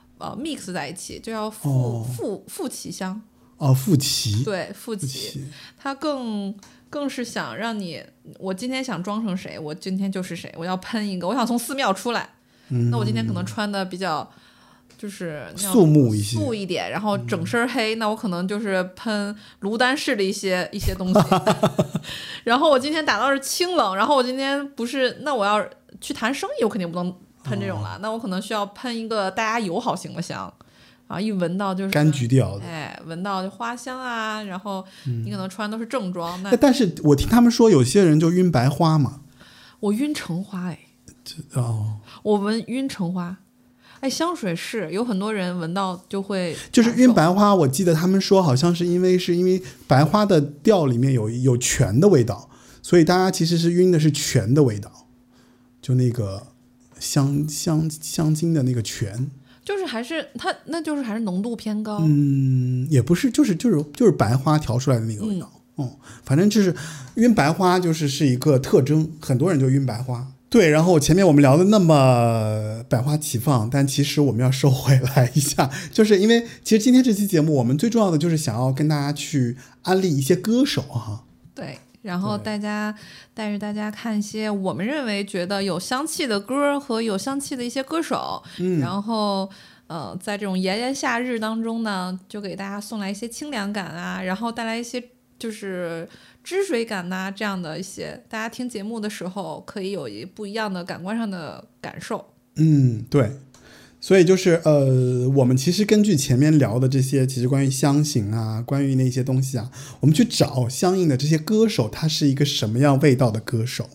mix 在一起，就要富奇香。 富奇。 对，富奇，它更是想让你，我今天想装成谁，我今天就是谁，我要喷一个，我想从寺庙出来，那我今天可能穿的比较就是肃穆一点，然后整身黑，那我可能就是喷卢丹氏的一些东西然后我今天打到是清冷，然后我今天不是，那我要去谈生意，我肯定不能喷这种了，那我可能需要喷一个大家友好型的香。然后一闻到就是柑橘调的， 闻到就花香啊，然后你可能穿都是正装。 但是我听他们说有些人就晕白花嘛。 我晕橙花我闻晕橙花。香水是有很多人闻到就会就是晕白花，我记得他们说好像是因为白花的调里面有醛的味道，所以大家其实是晕的是醛的味道，就那个香精的那个醛。 就是还是它，那就是还是浓度偏高。 也不是，就是白花调出来的那个味道。反正就是晕白花是一个特征，很多人就晕白花。对，然后前面我们聊的那么百花齐放，但其实我们要收回来一下，就是因为其实今天这期节目我们最重要的就是想要跟大家去安利一些歌手哈。 对。然后带着大家看一些我们认为觉得有香气的歌和有香气的一些歌手，然后在这种炎炎夏日当中呢，就给大家送来一些清凉感啊，然后带来一些就是汁水感呐，这样的一些，大家听节目的时候可以有不一样的感官上的感受。 对。所以就是我们其实根据前面聊的这些，其实关于香型啊，关于那些东西啊，我们去找相应的这些歌手，他是一个什么样味道的歌手。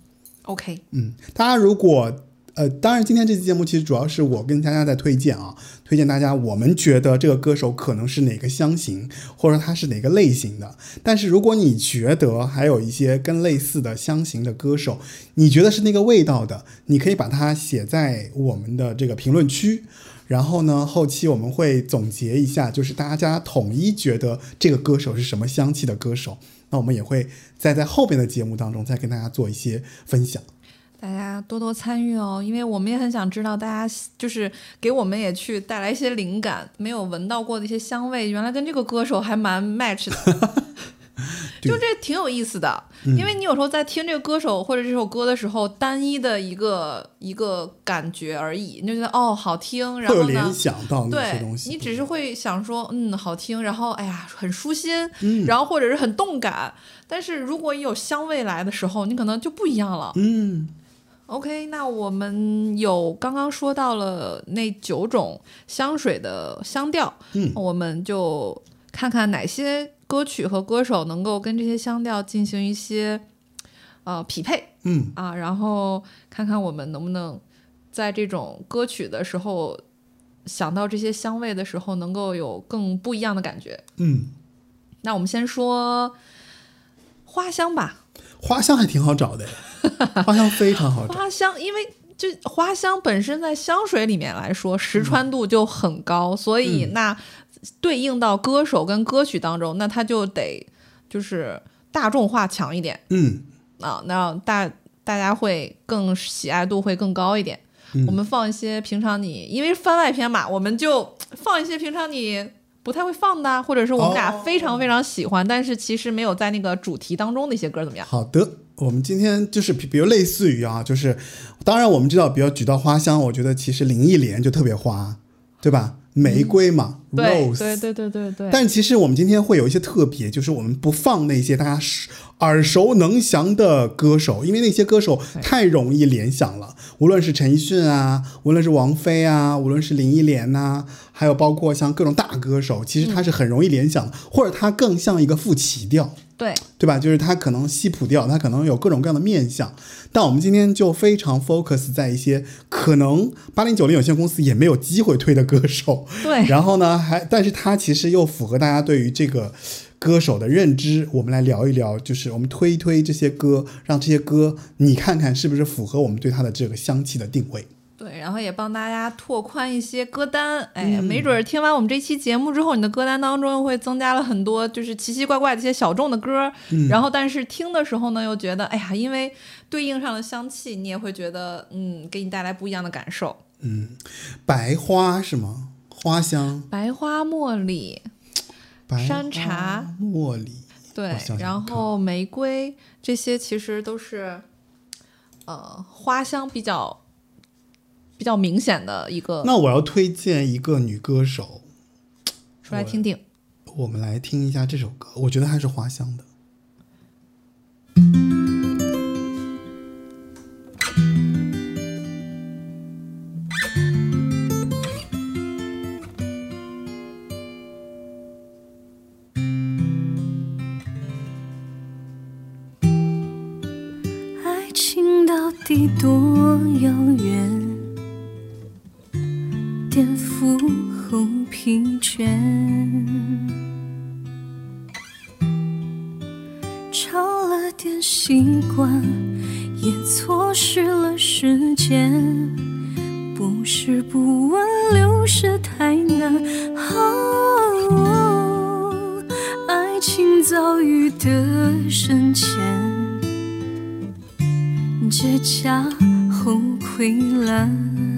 OK， 大家如果当然今天这期节目其实主要是我跟佳佳在推荐啊，推荐大家我们觉得这个歌手可能是哪个香型，或者他是哪个类型的。但是如果你觉得还有一些跟类似的香型的歌手，你觉得是那个味道的，你可以把它写在我们的这个评论区，然后呢后期我们会总结一下，就是大家统一觉得这个歌手是什么香气的歌手，那我们也会在后边的节目当中再跟大家做一些分享。 大家多多参与哦，因为我们也很想知道大家就是给我们也去带来一些灵感，没有闻到过的一些香味，原来跟这个歌手还蛮 match 的就这挺有意思的，因为你有时候在听这个歌手或者这首歌的时候，单一的一个感觉而已，你就觉得哦好听，然后呢会有联想到那些东西， 对，你只是会想说好听，然后哎呀很舒心，然后或者是很动感，但是如果有香味来的时候，你可能就不一样了。OK， 那我们有刚刚说到了那9种香水的香调，我们就看看哪些歌曲和歌手能够跟这些香调进行一些匹配，然后看看我们能不能在这种歌曲的时候想到这些香味的时候能够有更不一样的感觉。那我们先说花香吧。 花香还挺好找的，花香非常好找。 花香，因为就花香本身在香水里面来说，实穿度就很高，所以那对应到歌手跟歌曲当中，那它就得就是大众化强一点。那大家会更喜爱度会更高一点。我们放一些平常你因为番外篇嘛，我们就放一些平常你不太会放的，或者是我们俩非常非常喜欢，但是其实没有在那个主题当中的一些歌怎么样？ 好的，我们今天就是比如类似于就是当然我们知道，比如举到花香，我觉得其实林忆莲就特别花，对吧？玫瑰嘛，Rose， 对。 但其实我们今天会有一些特别，就是我们不放那些大家耳熟能详的歌手，因为那些歌手太容易联想了。无论是陈奕迅啊，无论是王菲啊，无论是林忆莲啊，还有包括像各种大歌手，其实他是很容易联想的，或者他更像一个副起调。对吧？就是它可能西普调，它可能有各种各样的面向，但我们今天就非常 focus 在一些可能8090有限公司也没有机会推的歌手。 对， 然后呢，但是它其实又符合大家对于这个歌手的认知。我们来聊一聊，就是我们推一推这些歌，让这些歌你看看是不是符合我们对它的这个香气的定位。 对，然后也帮大家拓宽一些歌单，没准听完我们这期节目之后，你的歌单当中会增加了很多就是奇奇怪怪的一些小众的歌，然后但是听的时候呢，又觉得哎呀，因为对应上了香气，你也会觉得给你带来不一样的感受。 白花是吗？花香， 白花茉莉，山茶， 茉莉， 对，然后玫瑰，这些其实都是花香比较明显的一个。 那我要推荐一个女歌手， 说来听听。 我们来听一下这首歌，我觉得还是花香的。 爱情到底多遥远，颠覆后疲倦，超了点习惯，也错失了时间，不是不问流逝太难，爱情遭遇的深浅，结痂后溃烂，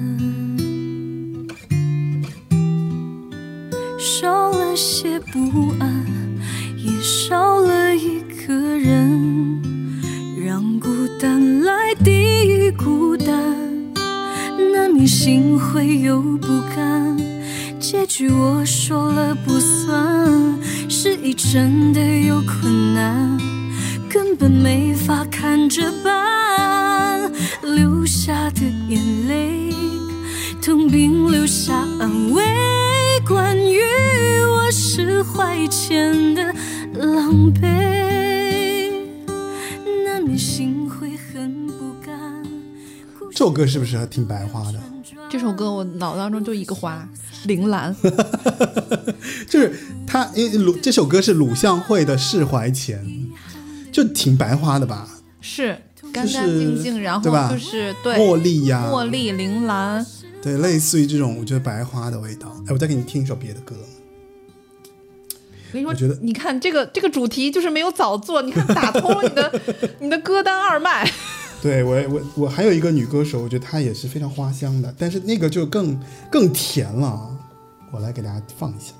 少了些不安，也少了一个人，让孤单来抵御孤单，难免心灰又不甘，结局我说了不算， 事已真的有困难，根本没法看着办，流下的眼泪痛并留下安慰，关于我释怀前的狼狈，难免心会很不甘。 这首歌是不是挺白花的？ 这首歌我脑当中就一个花，铃兰。 就是他，因为这首歌是鲁向会的释怀前，就挺白花的吧？ 是干干净净，然后就是对茉莉呀、 茉莉、铃兰， 对，类似于这种我觉得白花的味道。哎，我再给你听一首别的歌。 我跟你说，我觉得你看这个主题就是没有早做，你看打通了你的歌单二脉。 对，我还有一个女歌手，我觉得她也是非常花香的，但是那个就更甜了。我来给大家放一下。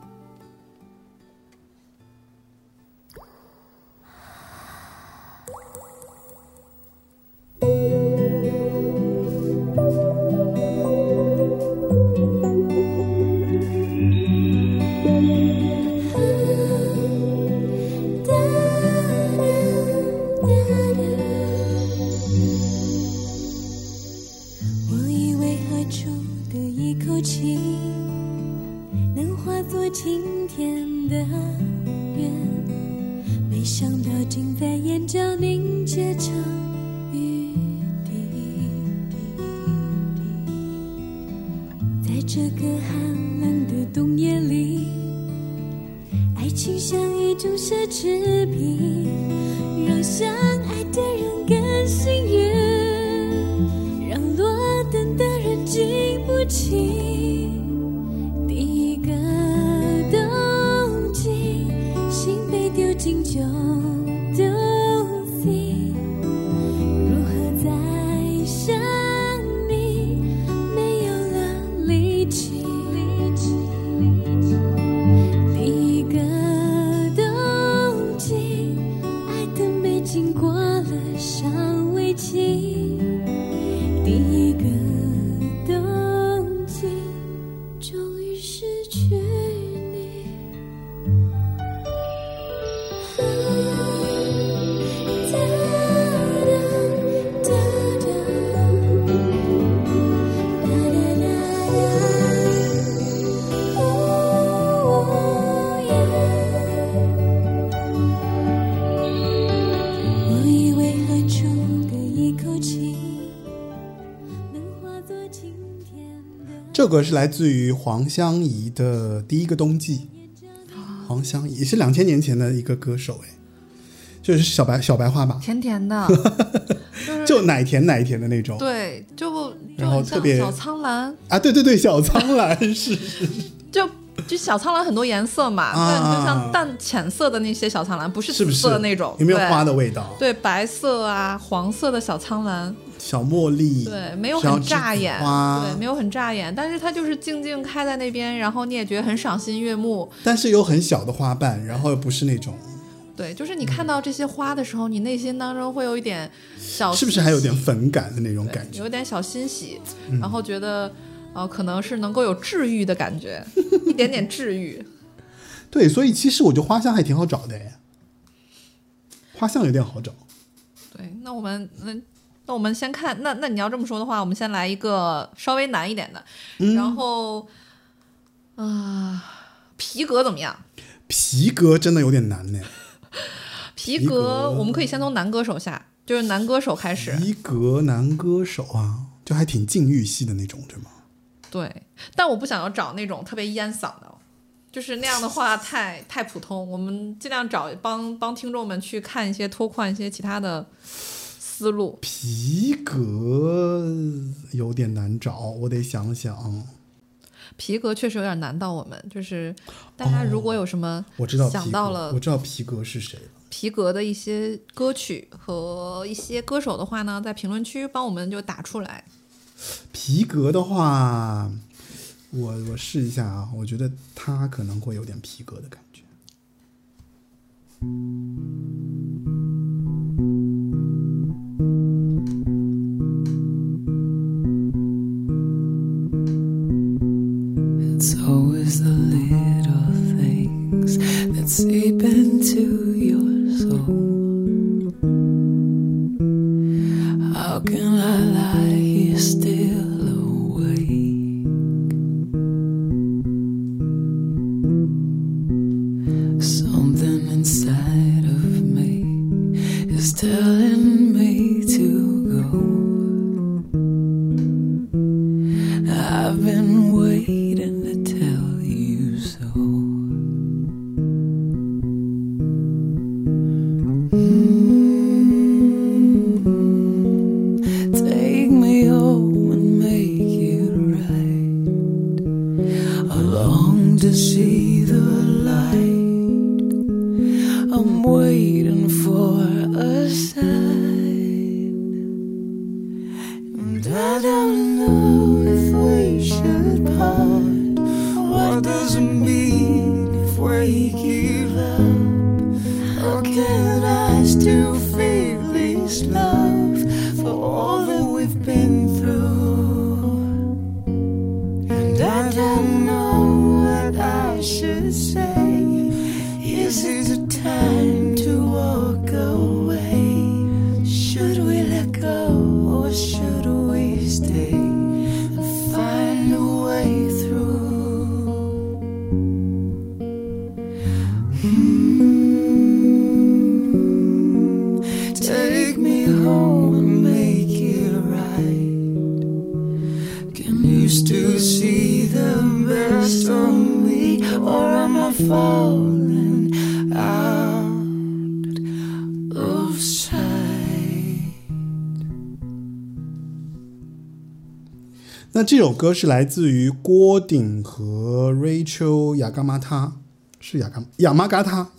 能化作晴天的愿，没想到竟在眼角凝结成雨滴，在这个寒冷的冬夜里，爱情像一种奢侈品，让相爱的人更幸运，让落单的人经不起第一个冬季，心被丢进酒肚里，如何再想你，没有了力气，第一个冬季，爱的没经过了尚未尽，第一个冬季终于失去你。我以为喝出个一口气，能化作晴天的。 这个是来自于黄湘怡的《第一个冬季》。黄湘怡是2000年前的一个歌手，哎，就是小白花吧， 甜甜的， 就奶甜奶甜的那种。 对，就然后特别小苍兰啊，对，小苍兰是就小苍兰很多颜色嘛，对，就像淡浅色的那些小苍兰，不是紫色的那种， 有没有花的味道？ 对，白色啊、黄色的小苍兰， 小茉莉， 对，没有很扎眼，对，没有很扎眼，但是它就是静静开在那边，然后你也觉得很赏心悦目。 但是有很小的花瓣，然后又不是那种。 对，就是你看到这些花的时候，你内心当中会有一点小， 是不是还有点粉感的那种感觉？ 有点小欣喜，然后觉得可能是能够有治愈的感觉，一点点治愈。 对，所以其实我觉得花香还挺好找的哎，花香有点好找。 对，那我们先看，那你要这么说的话，我们先来一个稍微难一点的，然后皮革怎么样？ 皮革真的有点难呢。 皮革我们可以先从男歌手下，就是男歌手开始。 皮革男歌手啊，就还挺禁欲系的那种，对吗？ 对，但我不想要找那种特别烟嗓的，就是那样的话太普通。我们尽量找帮听众们去看一些拓宽一些其他的思路。 皮革有点难找，我得想想。 皮革确实有点难到我们，就是大家如果有什么我知道想到了， 我知道皮革是谁了。 皮革的一些歌曲和一些歌手的话呢，在评论区帮我们就打出来。 皮革的话，我试一下啊，我觉得他可能会有点皮革的感觉。 It's always the little things that How can I lie here still awake? Something inside of me is telling me to go. I've been waiting to tell you so. Take me home and make it right. I long to see the light. I'm waiting for a sign, and I don't know if we should part. What does it mean if we give up? How can I still feel this love for all that we've been through? And I don't know what I should say. Is it a time to walk away? Should we let go or should we stay and find a way through? Take me home and make it right. Can you still see the best of me, or am I falling out of sight? 那这首歌是来自于郭顶和 Rachel 雅嘎玛他，是雅马嘎他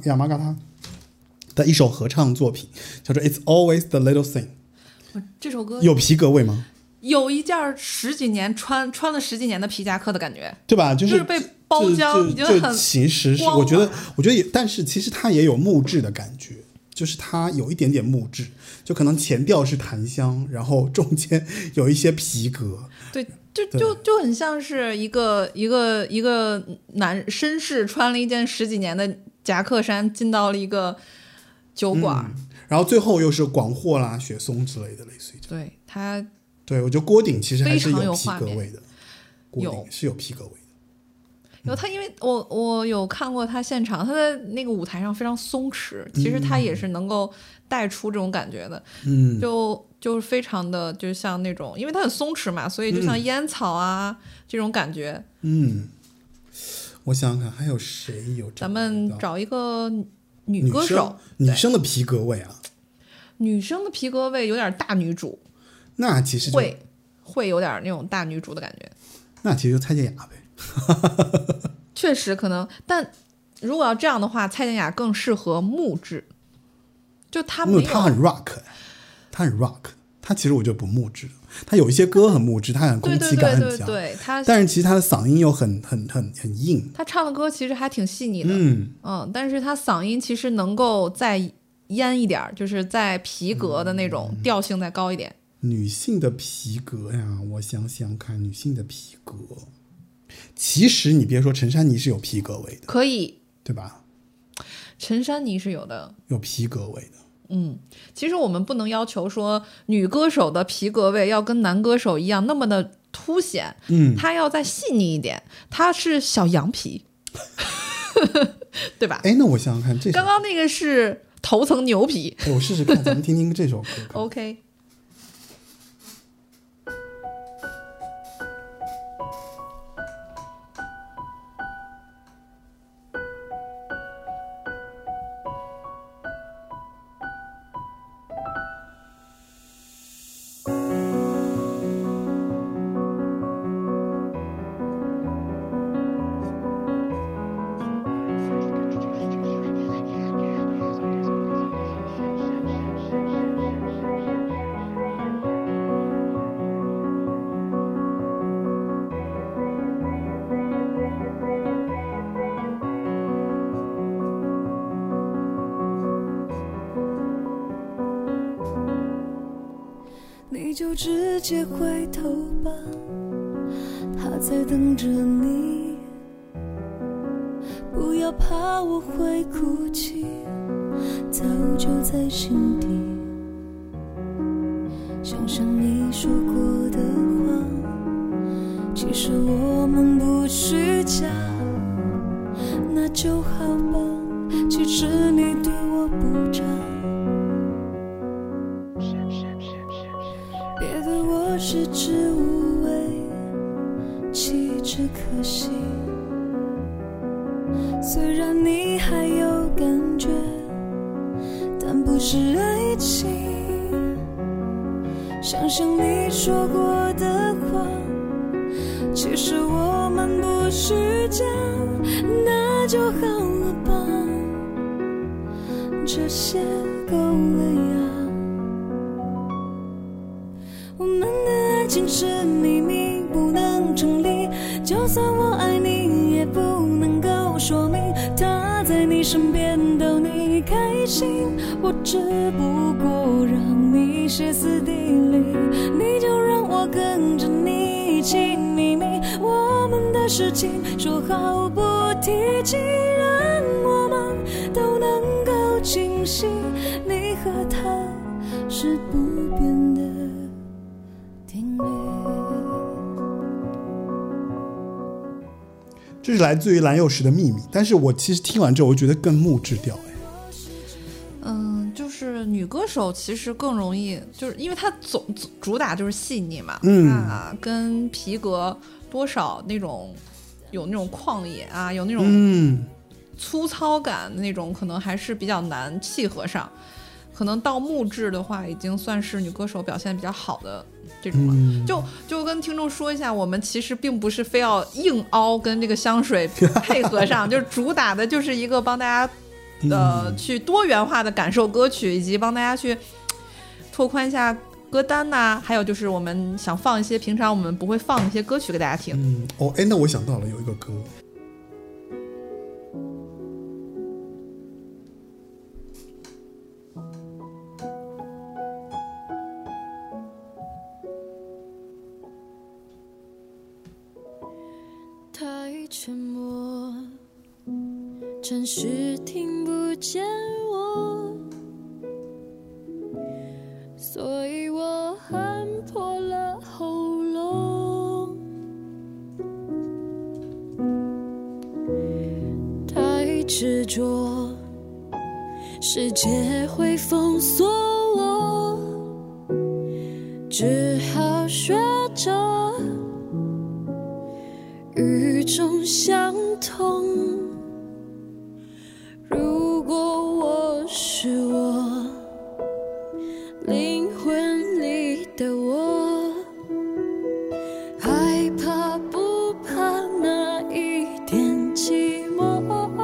的一首合唱作品，叫做 It's Always the Little Thing。 这首歌有皮革味吗？ 有一件十几年穿了十几年的皮夹克的感觉， 对吧？ 就是被包浆，已经很其实是我觉得也，但是其实它也有木质的感觉，就是它有一点点木质，就可能前调是檀香，然后中间有一些皮革。 对，就很像是一个男绅士穿了一件十几年的夹克衫进到了一个酒馆， 然后最后又是广货啦、雪松之类的，类似于这样。 对他。 对，我觉得郭顶其实还是有皮革味的，郭顶是有皮革味的。 然后他因为我有看过他现场，他在那个舞台上非常松弛，其实他也是能够带出这种感觉的。就是非常的就像那种，因为他很松弛嘛，所以就像烟草啊这种感觉。 我想想看还有谁有这， 咱们找一个女歌手， 女生的皮革味啊， 女生的皮革味有点大女主。 那其实会有点那种大女主的感觉， 那其实就蔡健雅呗。 确实可能，但如果要这样的话，蔡健雅更适合木质，就她没有， 她很 rock， 她其实我觉得不木质，她有一些歌很木质，她很空气感很强， 对， 但是其实她的嗓音又很硬， 她唱的歌其实还挺细腻的，但是她嗓音其实能够再烟一点，就是在皮革的那种调性再高一点。 女性的皮革呀，我想想看，女性的皮革，其实你别说，陈珊妮是有皮革味的， 可以， 对吧？ 陈珊妮是有的， 有皮革味的。 其实我们不能要求说女歌手的皮革味要跟男歌手一样那么的凸显，她要再细腻一点，她是小羊皮，对吧？ 那我想想看，这刚刚那个是头层牛皮， 我试试看，咱们听听这首歌。 OK。 你就直接回头吧，他在等着你。不要怕我会哭泣，早就在心底。 想想你说过的话，其实我们不虚假，那就好吧，其实你对我不差，别对我食之无味，弃之可惜。虽然你还有感觉，但不是爱情。想想你说过的话，其实我们不虚假，那就好了吧，这些够了呀。我们的爱情是秘密，不能成立，就算我爱你也不能够说明他在你身边逗你开心，我只不过让你歇斯底里，你就让我跟着你一起秘密我们的事情，说好不提起，让我们都能够清晰，你和他是不变的定律。 这是来自于蓝又时的秘密，但是我其实听完之后我觉得更木质调。 就是女歌手其实更容易，就是因为她主打就是细腻嘛，跟皮革多少那种有那种旷野啊，有那种粗糙感那种，可能还是比较难契合上。可能到木质的话，已经算是女歌手表现比较好的这种了。就跟听众说一下，我们其实并不是非要硬凹跟这个香水配合上，就是主打的就是一个帮大家去多元化的感受歌曲，以及帮大家去拓宽一下歌单呐，还有就是我们想放一些平常我们不会放的一些歌曲给大家听。 那我想到了有一个歌， 太沉默，暂时听不见我，所以我喊破了喉咙。太执着，世界会封锁我，只好学着与众相同。如果我是我，灵魂里的我，害怕不怕那一点寂寞，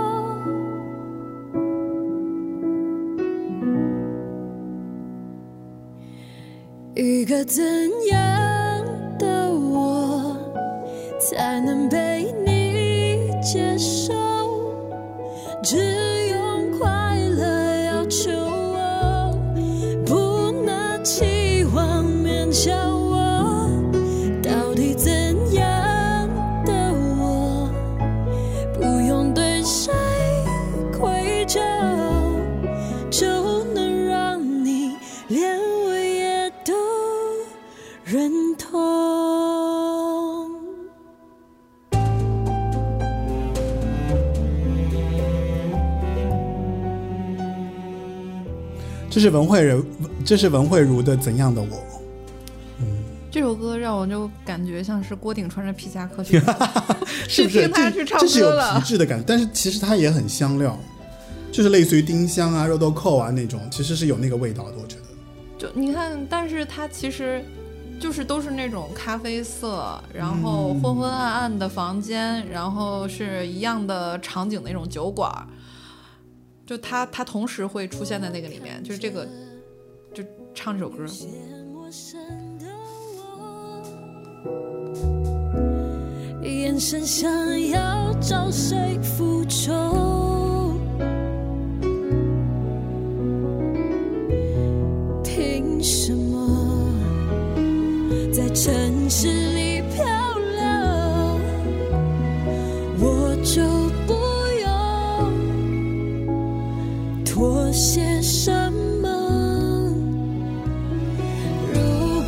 一个怎样的我才能被你接受？只用快乐要求我，不拿期望勉强我。到底怎样的我，不用对谁愧疚，就能让你连我也都认同。 这是文慧如的《怎样的我》。 这首歌让我就感觉像是郭顶穿着皮夹克去是不是听他去唱这是有歌了皮质的感觉，但是其实它也很香料，就是类似于丁香啊、肉豆蔻啊那种，其实是有那个味道的，我觉得。 就你看，但是它其实就是都是那种咖啡色，然后昏昏暗暗的房间，然后是一样的场景的那种酒馆，就它同时会出现在那个里面，就是这个就唱这首歌。 眼神想要找谁复仇，凭什么在城市里漂流，我就不用妥协什么。如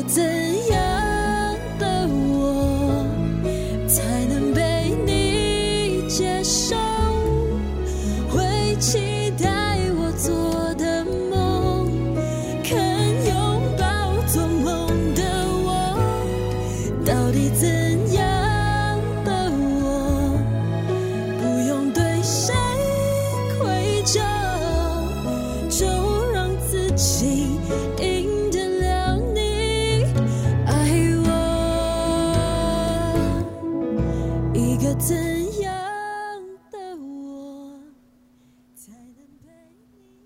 个怎样的我才能被你接受？会期待我做的梦，肯拥抱做梦的我，到底怎样的我不用对谁愧疚，就让自己赢得了你爱我。一个怎样的我才能陪你。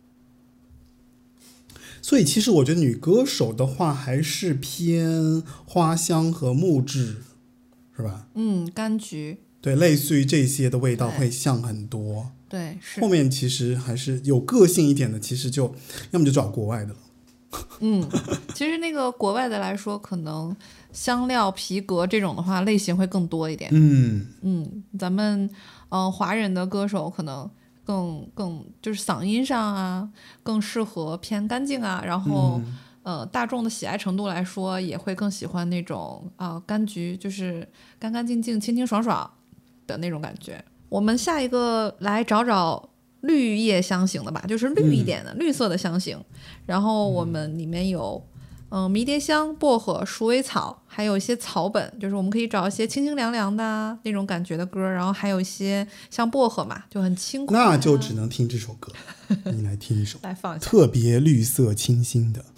所以其实我觉得女歌手的话还是偏花香和木质，是吧？ 柑橘， 对，类似于这些的味道会像很多。 对，是后面其实还是有个性一点的，其实就要么就找国外的了。 其实那个国外的来说，可能香料、皮革这种的话类型会更多一点。咱们华人的歌手可能更就是嗓音上啊，更适合偏干净啊，然后大众的喜爱程度来说，也会更喜欢那种柑橘，就是干干净净、清清爽爽的那种感觉。我们下一个来找找绿叶香型的吧，就是绿一点的、绿色的香型。然后我们里面有迷迭香、薄荷、鼠尾草，还有一些草本，就是我们可以找一些清清凉凉的那种感觉的歌。然后还有一些像薄荷嘛，就很轻快那就只能听这首歌。你来听一首来放一下特别绿色清新的。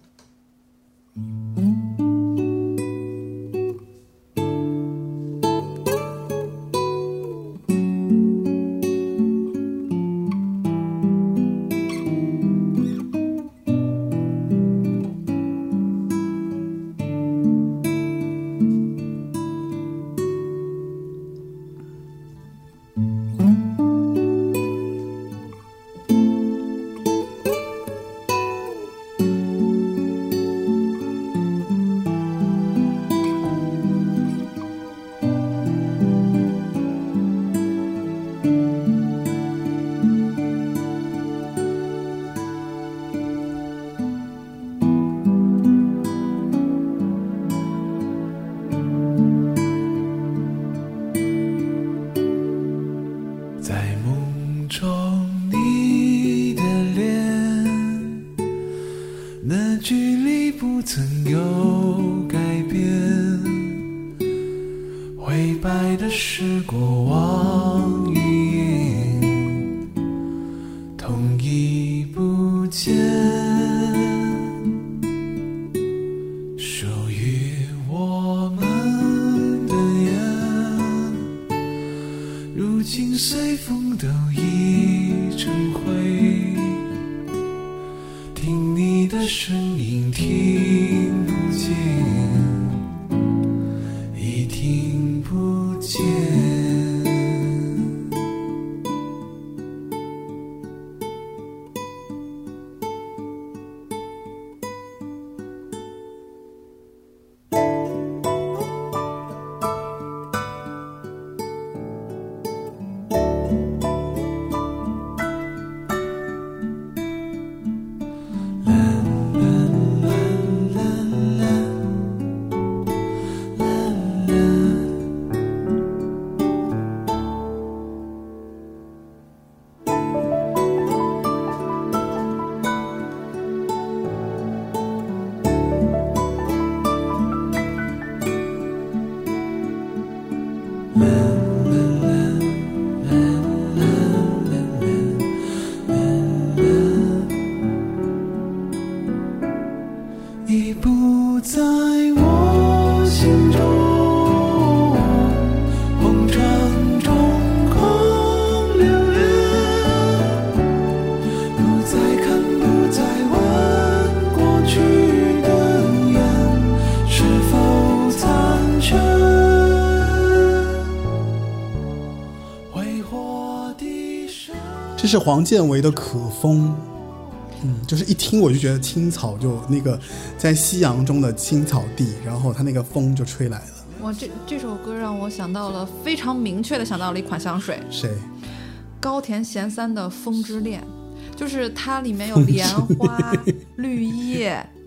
这是黄建为的可风，就是一听我就觉得青草就那个在夕阳中的青草地，然后它那个风就吹来了。 哇，这首歌让我想到了，非常明确的想到了一款香水。 谁？ 高田贤三的风之恋，就是它里面有莲花、绿叶、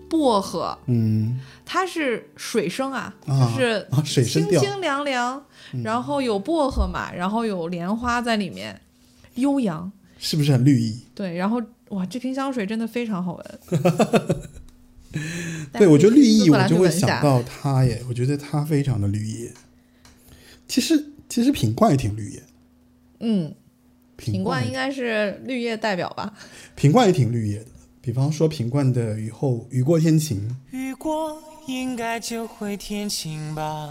薄荷，它是水生啊，就是水生调， 清清凉凉，然后有薄荷嘛，然后有莲花在里面，悠扬， 是不是很绿意？ 对，然后哇，这瓶香水真的非常好闻。 对，我觉得绿意我就会想到它耶，我觉得它非常的绿叶。其实品冠也挺绿叶，品冠应该是绿叶代表吧？品冠也挺绿叶的，比方说品冠的雨后雨过天晴， 雨过应该就会天晴吧。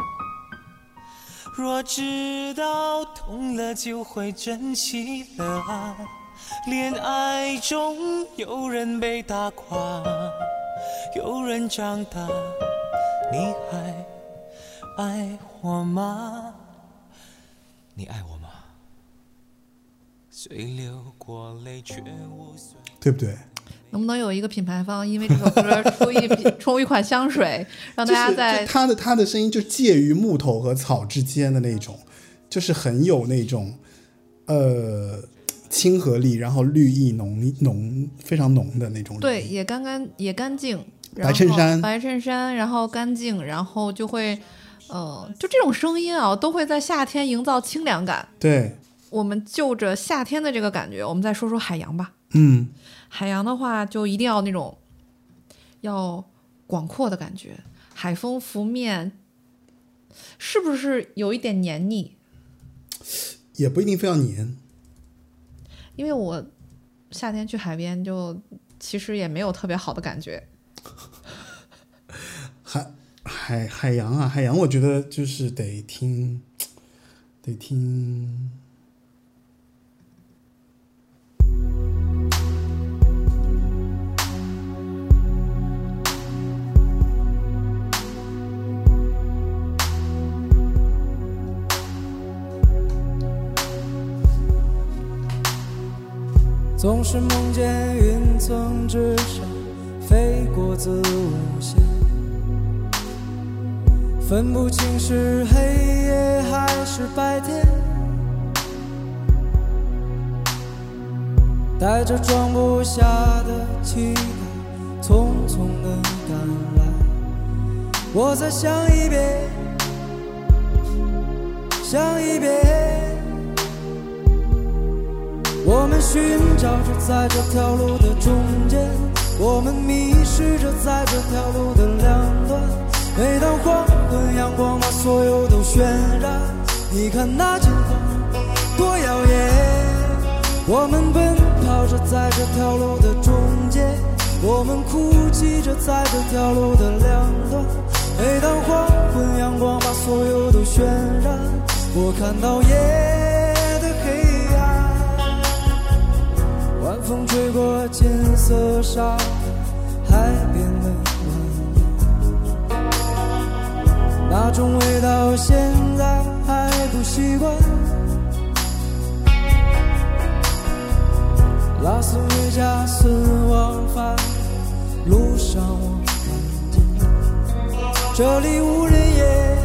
若知道痛了就会珍惜了啊，恋爱中有人被打垮，有人长大，你还爱我吗？你爱我吗？虽流过泪却无损， 对不对？ 能不能有一个品牌方因为这首歌出一款香水，让大家在他的声音就介于木头和草之间的那种，就是很有那种亲和力，然后绿意浓非常浓的那种。 对，也干净， 白衬衫， 然后干净，然后就会就这种声音啊，都会在夏天营造清凉感。 对， 我们就着夏天的这个感觉，我们再说说海洋吧。海洋的话就一定要那种要广阔的感觉，海风拂面，是不是有一点黏腻？ 也不一定非常黏， 因为我夏天去海边就其实也没有特别好的感觉。 海洋啊，海洋我觉得就是得听总是梦见云层之上飞过子午线，分不清是黑夜还是白天，带着装不下的期待匆匆地赶来，我再想一遍我们寻找着在这条路的中间，我们迷失着在这条路的两端，每当黄昏阳光把所有都渲染，你看那金黄多耀眼，我们奔跑着在这条路的中间，我们哭泣着在这条路的两端，每当黄昏阳光把所有都渲染，我看到夜的黑暗，晚风吹过金色沙滩，海边的蜿蜒，那种味道现在还不习惯，拉斯维加斯往返路上我看见这里无人烟，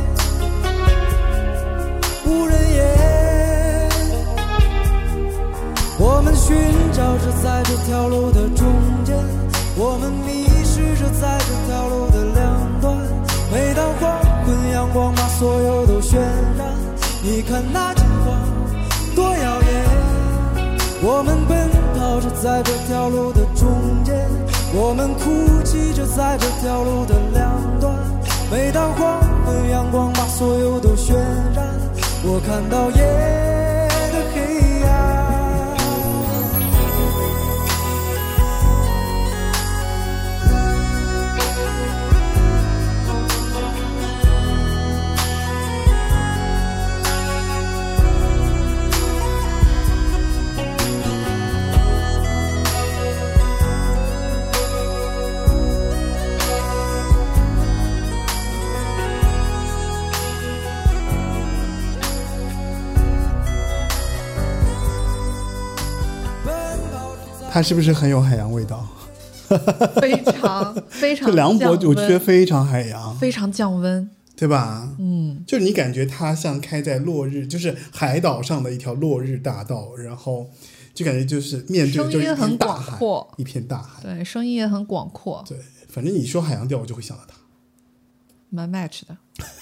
我们寻找着在这条路的中间，我们迷失着在这条路的两端，每当黄昏阳光把所有都渲染，你看那金黄多耀眼，我们奔跑着在这条路的中间，我们哭泣着在这条路的两端，每当黄昏阳光把所有都渲染，我看到夜的黑暗。 它是不是很有海洋味道？ 非常这梁博我觉得非常海洋， 非常降温， 对吧？就是你感觉它像开在落日，就是海岛上的一条落日大道，然后就感觉就是面对就是一片大海，一片大海， 对，声音也很广阔， 对， 反正你说海洋调我就会想到他， 蛮 match 的。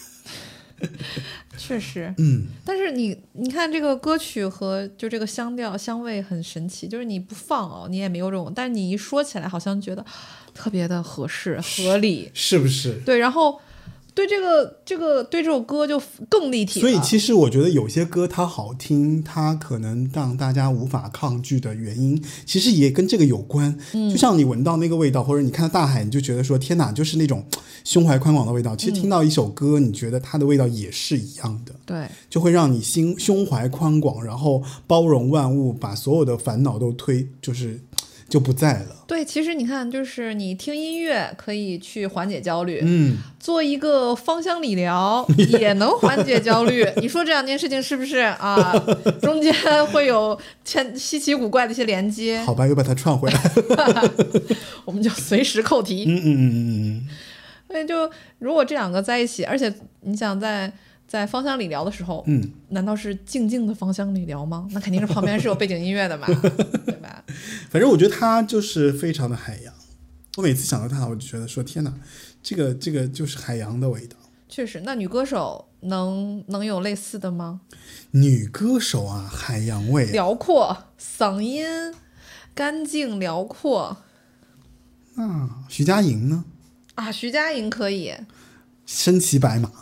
确实， 嗯， 但是你看这个歌曲和就这个香调香味很神奇，就是你不放哦，你也没有这种，但是你一说起来，好像觉得特别的合适合理， 是不是？ 对，然后对对这首歌就更立体了。 所以其实我觉得有些歌它好听，它可能让大家无法抗拒的原因，其实也跟这个有关。就像你闻到那个味道，或者你看到大海，你就觉得说天哪，就是那种胸怀宽广的味道。其实听到一首歌，你觉得它的味道也是一样的， 对， 就会让你胸怀宽广，然后包容万物，把所有的烦恼都就不在了。 对，其实你看，就是你听音乐可以去缓解焦虑，做一个芳香理疗也能缓解焦虑。你说这两件事情是不是啊？中间会有稀奇古怪的一些连接。 好吧，又把它串回来， 我们就随时扣题。所以就如果这两个在一起，而且你想在芳香理疗的时候，难道是静静的芳香理疗吗？那肯定是旁边是有背景音乐的嘛，对吧？ 反正我觉得它就是非常的海洋。我每次想到它，我就觉得说天哪，这个就是海洋的味道。 确实，那女歌手能有类似的吗？ 女歌手啊，海洋味辽阔，嗓音干净辽阔。 徐佳莹呢？ 啊，徐佳莹可以。 身骑白马。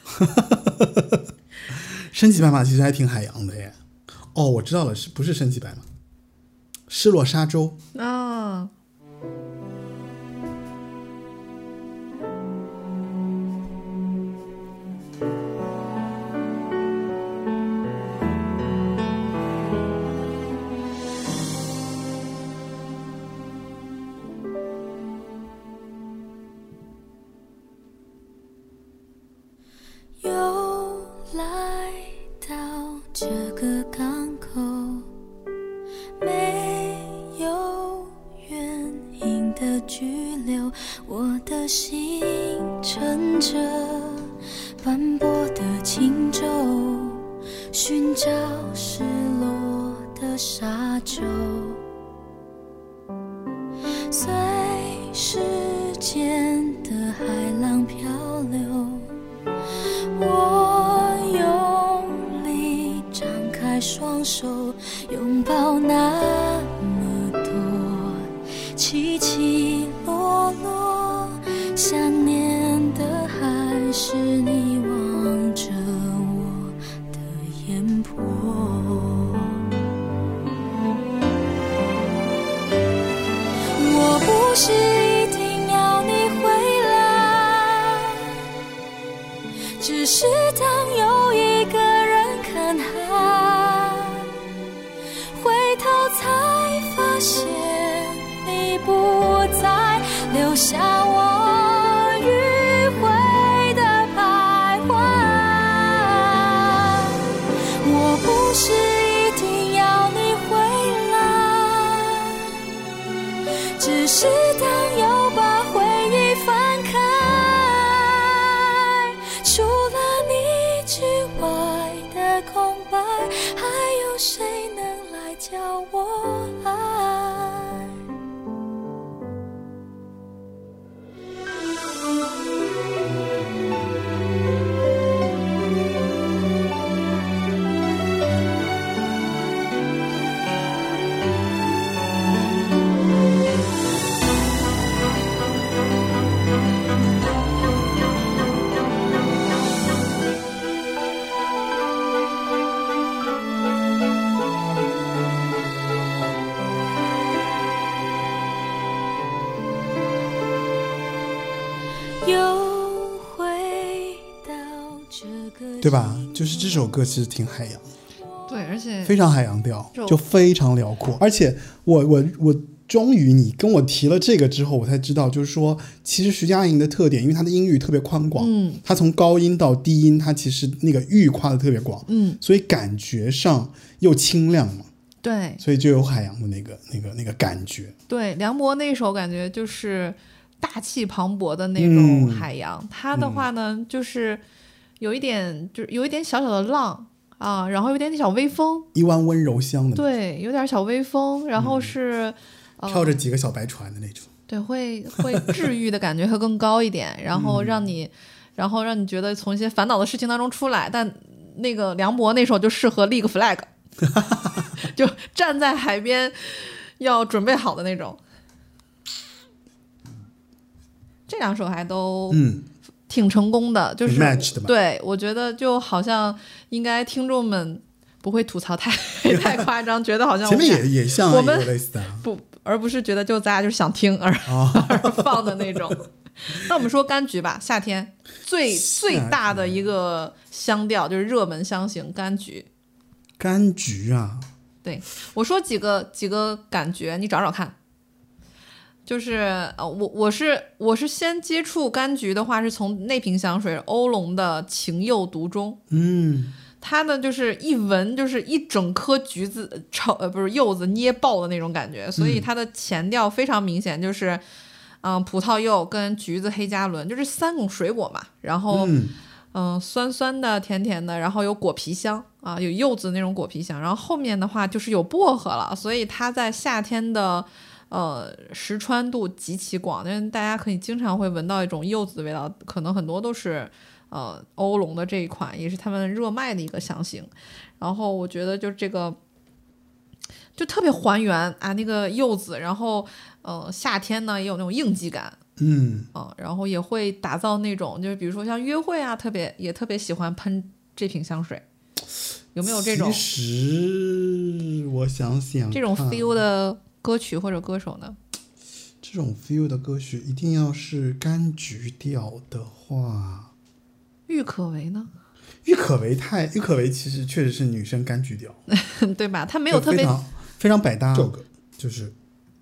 身骑白马其实还挺海洋的耶。哦，我知道了，不是身骑白马？失落沙洲啊。 对吧？就是这首歌其实挺海洋， 对，而且非常海洋调，就非常辽阔。而且我终于你跟我提了这个之后，我才知道，就是说，其实徐佳莹的特点，因为她的音域特别宽广，她从高音到低音，她其实那个域跨的特别广，所以感觉上又清亮嘛， 对， 所以就有海洋的那个感觉。 对，梁博那首感觉就是大气磅礴的那种海洋，他的话呢，就是有一点小小的浪啊，然后有点小微风， 一湾温柔乡的， 对，有点小微风，然后是。 飘着几个小白船的那种， 对，会治愈的感觉会更高一点，然后让你觉得从一些烦恼的事情当中出来。但那个梁博那首就适合立个 flag， 就站在海边要准备好的那种。这2首还都挺成功的，就是 match 的吧。 对，我觉得就好像应该听众们不会吐槽太夸张，觉得好像前面也像我们有类似的不，而不是觉得就咱俩就是想听而放的那种。那我们说柑橘吧，夏天最大的一个香调就是热门香型柑橘。 柑橘啊， 对，我说几个感觉，你找找看。就是我是先接触柑橘的话，是从那瓶香水欧龙的情柚独钟。它呢就是一闻就是一整颗橘子不是柚子捏爆的那种感觉，所以它的前调非常明显，就是葡萄柚跟橘子黑加仑，就是3种水果嘛，然后酸酸的甜甜的，然后有果皮香啊，有柚子那种果皮香，然后后面的话就是有薄荷了，所以它在夏天的实穿度极其广，因为大家可以经常会闻到一种柚子的味道，可能很多都是欧龙的这一款，也是他们热卖的一个香型。然后我觉得就这个就特别还原啊那个柚子，然后夏天呢也有那种应季感，然后也会打造那种就是比如说像约会啊，也特别喜欢喷这瓶香水。有没有这种？ 其实我想想这种 feel 的歌曲或者歌手呢？ 这种 feel 的歌曲一定要是柑橘调的话， 郁可唯呢？ 郁可唯其实确实是女生柑橘调， 对吧？她没有特别非常百搭。这个就是。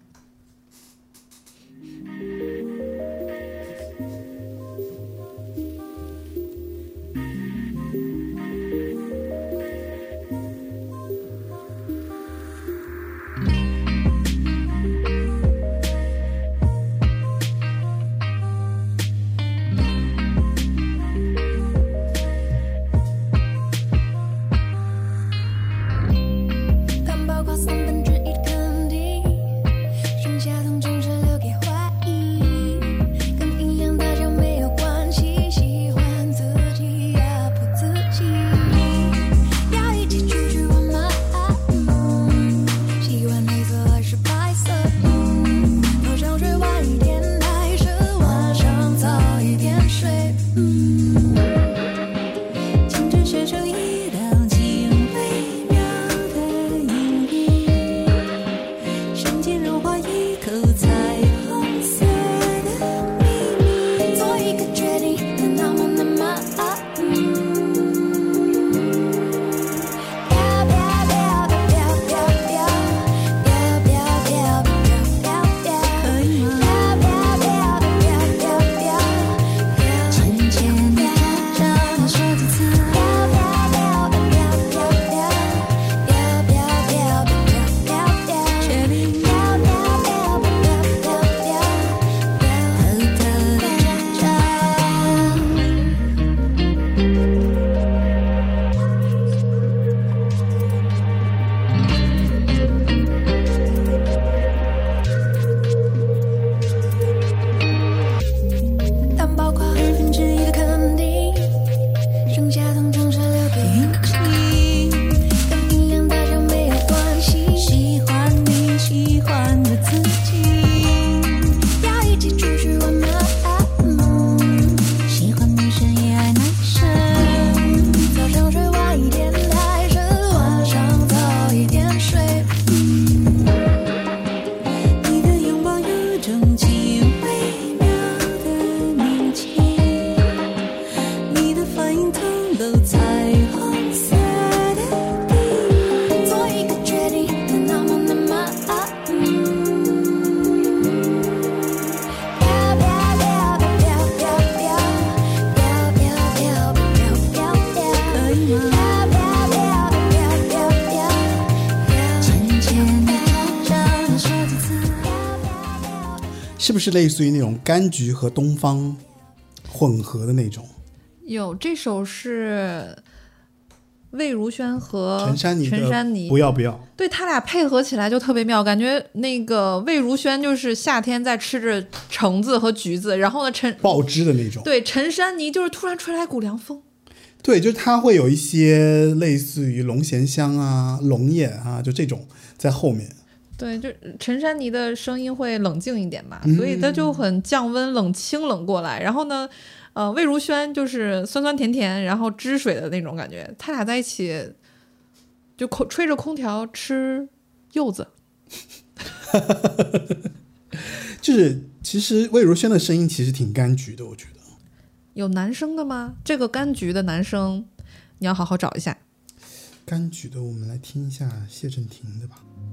是不是类似于那种柑橘和东方混合的那种？ 有，这首是魏如萱和陈珊妮不要不要， 对，他俩配合起来就特别妙，感觉那个魏如萱就是夏天在吃着橙子和橘子，然后呢爆汁的那种， 对，陈珊妮就是突然吹来股凉风， 对，就是它会有一些类似于龙涎香啊、龙眼啊，就这种在后面。 对，就陈珊妮的声音会冷静一点嘛，所以它就很降温、冷清冷过来。然后呢，魏如萱就是酸酸甜甜，然后汁水的那种感觉。他俩在一起就吹着空调吃柚子， 就是其实魏如萱的声音其实挺柑橘的，我觉得。 有男生的吗？这个柑橘的男生你要好好找一下。 柑橘的，我们来听一下谢震廷的吧。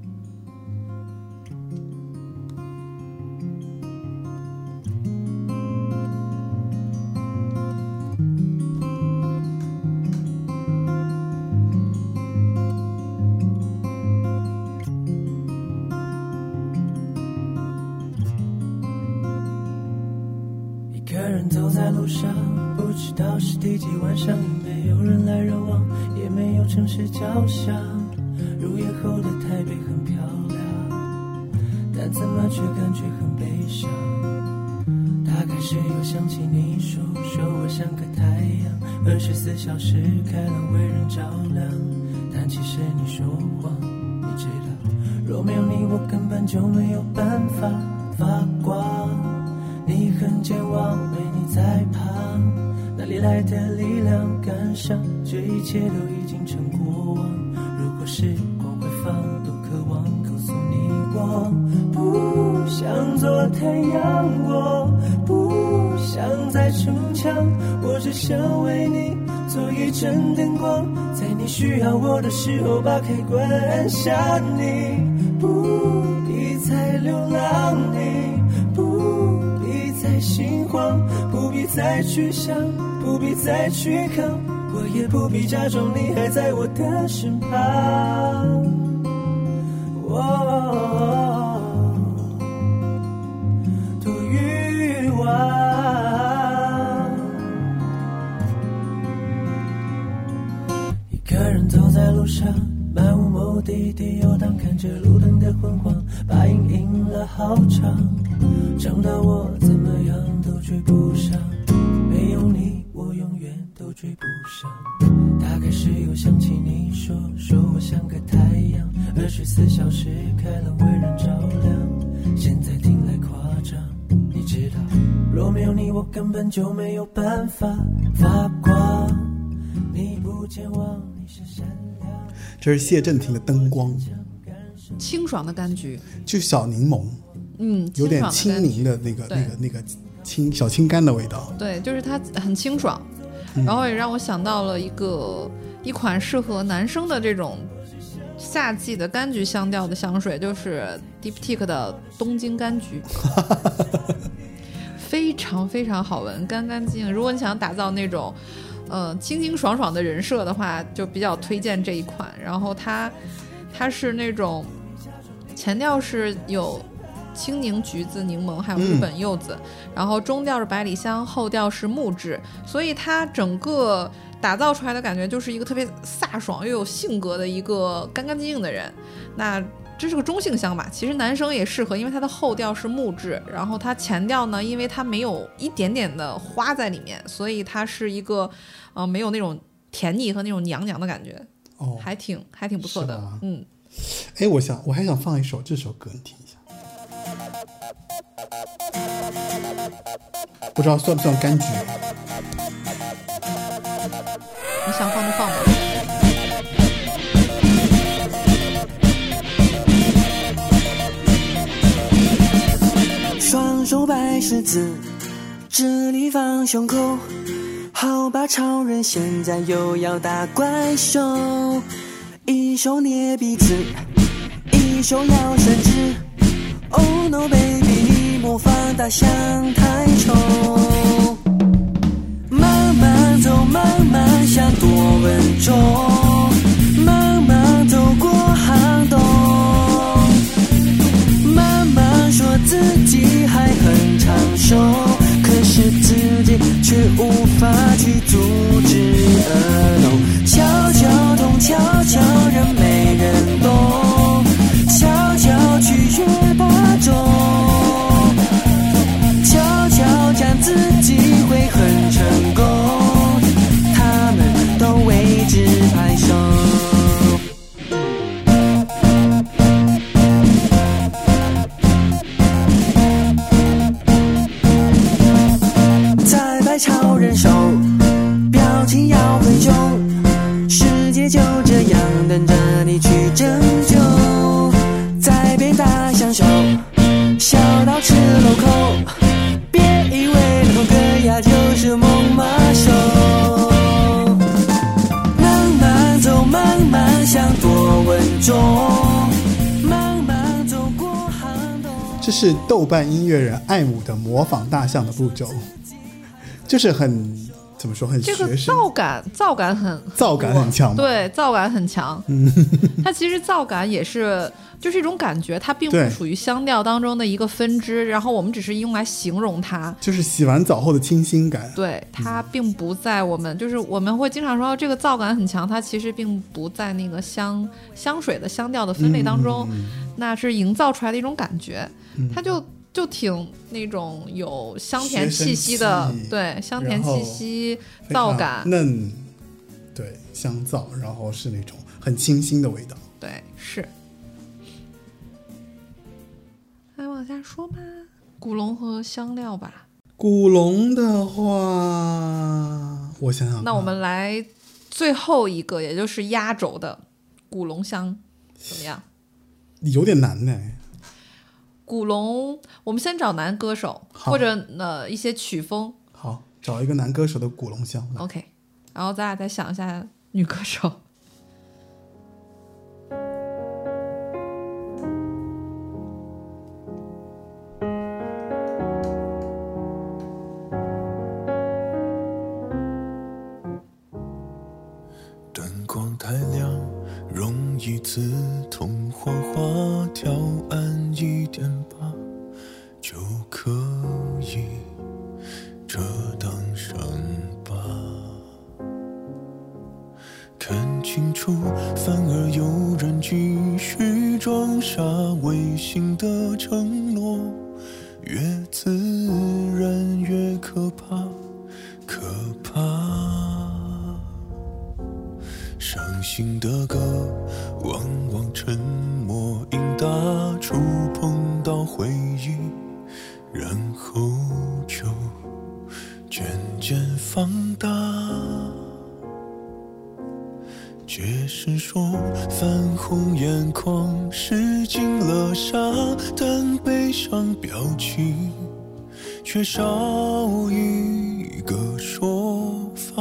走在路上，不知道是第几晚上，已没有人来人往，也没有城市交响。入夜后的台北很漂亮，但怎么却感觉很悲伤。大概是又想起你说我像个太阳，24小时开朗为人照亮。但其实你说谎，你知道，若没有你我根本就没有办法发光。你很健忘，没你在旁，哪里来的力量赶上这一切都已经成过往。如果时光回放，多渴望告诉你我不想做太阳，我不想再逞强，我只想为你做一盏灯光，在你需要我的时候把开关按下。你不必再流浪，你不必再心慌，不必再去想，不必再去扛，我也不必假装你还在我的身旁。多欲望，一个人走在路上，漫无目的地游荡，看着路灯的昏黄，把影印了好长，长到我怎么样都追不上，没有你我永远都追不上。大概是又想起你说我像个太阳，24小时开朗为人照亮。现在听来夸张，你知道，若没有你我根本就没有办法发光。你不健忘，你是善良。 这是谢震廷的灯光， 清爽的柑橘， 就小柠檬，有点清柠的那个小青柑的味道。对， 就是它很清爽，然后也让我想到了一款适合男生的这种夏季的柑橘香调的香水，就是 Diptyque 的东京柑橘非常非常好闻，干干净净。如果你想打造那种清清爽爽的人设的话，就比较推荐这一款。然后它是那种前调是有青柠、橘子、柠檬还有日本柚子，然后中调是百里香，后调是木质，所以它整个打造出来的感觉就是一个特别飒爽又有性格的一个干干净净的人。那这是个中性香吧，其实男生也适合，因为它的后调是木质，然后它前调呢，因为它没有一点点的花在里面，所以它是一个没有那种甜腻和那种娘娘的感觉，还挺不错的。 我还想放一首这首歌，你听一下，不知道算不算柑橘？ 你想放就放吧。 双手摆十字，直立放胸口，好把超人现在又要打怪兽，一手捏鼻子，一手摇伸直。Oh no baby， 你模仿大象太丑。慢慢走，慢慢想多稳重，慢慢走过寒冬，慢慢说自己还很长寿，可是自己却无法去阻止恶龙，悄悄是豆瓣音乐人艾姆的模仿大象的步骤，就是很怎么说，很学生， 这个噪感很强， 对， 噪感很强。它其实噪感也是就是一种感觉，它并不属于香调当中的一个分支，然后我们只是用来形容它， 就是洗完澡后的清新感。 对，它并不在我们就是我们会经常说这个噪感很强，它其实并不在那个香水的香调的分类当中，那是营造出来的一种感觉，它就挺那种有香甜气息的，对，香甜气息，燥感嫩，对，香皂，然后是那种很清新的味道。 对，是。来往下说吧，古龙和香料吧。 古龙的话，我想想看， 那我们来最后一个，也就是压轴的古龙香，怎么样？ 有点难呢。 古龙，我们先找男歌手或者一些曲风。 好，找一个男歌手的古龙香。 OK， 然后咱俩再想一下女歌手。 灯光太亮，容易刺痛火花，调暗1.8就可以遮挡伤疤。看清楚，反而有人继续装傻，违心的承诺，越自然越可怕，可怕。伤心的歌往往沉默应答，触碰到回忆，然后就渐渐放大。解释说泛红眼眶是进了沙，但悲伤表情缺少一个说法。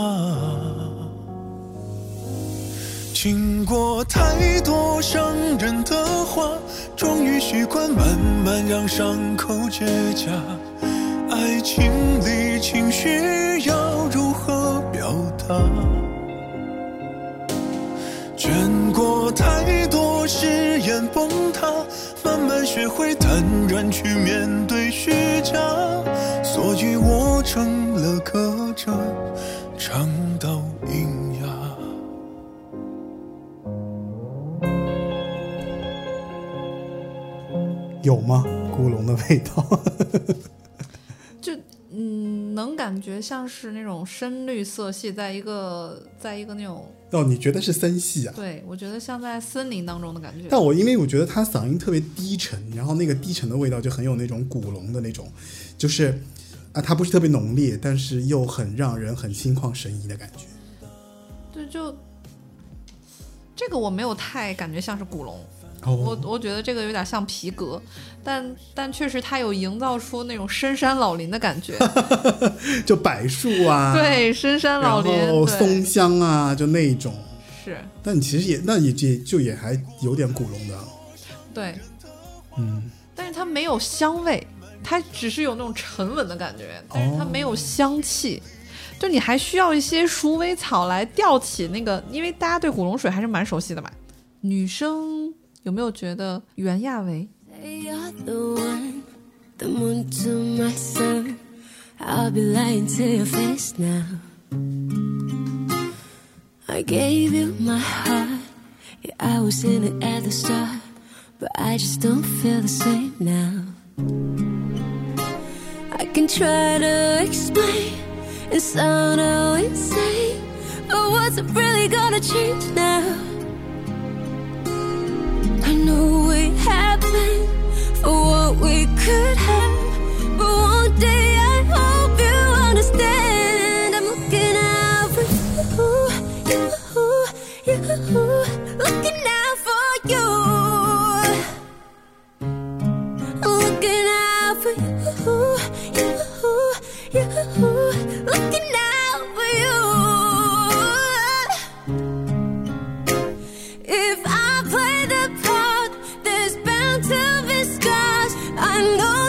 经过太多伤人的话，终于习惯慢慢让伤口结痂。爱情里情绪要如何表达？见过太多誓言崩塌，慢慢学会坦然去面对虚假，所以我成了歌者，唱到阴哑。 有吗？古龙的味道就能感觉像是那种深绿色系，在一个那种你觉得是森系啊？ 对，我觉得像在森林当中的感觉。 但因为我觉得他嗓音特别低沉，然后那个低沉的味道就很有那种古龙的那种，就是它不是特别浓烈，但是又很让人很心旷神怡的感觉。 对，就这个我没有太感觉像是古龙。我觉得这个有点像皮革，但确实它有营造出那种深山老林的感觉， 就柏树啊， 对，深山老林， 然后松香啊，就那种是。 但其实也还有点古龙的， 对，但是它没有香味，它只是有那种沉稳的感觉，但是它没有香气。就你还需要一些鼠尾草来吊起那个，因为大家对古龙水还是蛮熟悉的吧？女生有没有觉得袁娅维 The moon to my sun, I'll be lying to your face now. I gave you my heart, yeah, I was in it at the start, but I just don't feel the same now. I can try to explain and sound all insane, but what's it really gonna change now? I know we happened for what we could have, but one day I hope you understand. I'm looking out for you, looking out for you. I'm looking out for you, looking out for you. If I play the part, there's bound to be scars. I know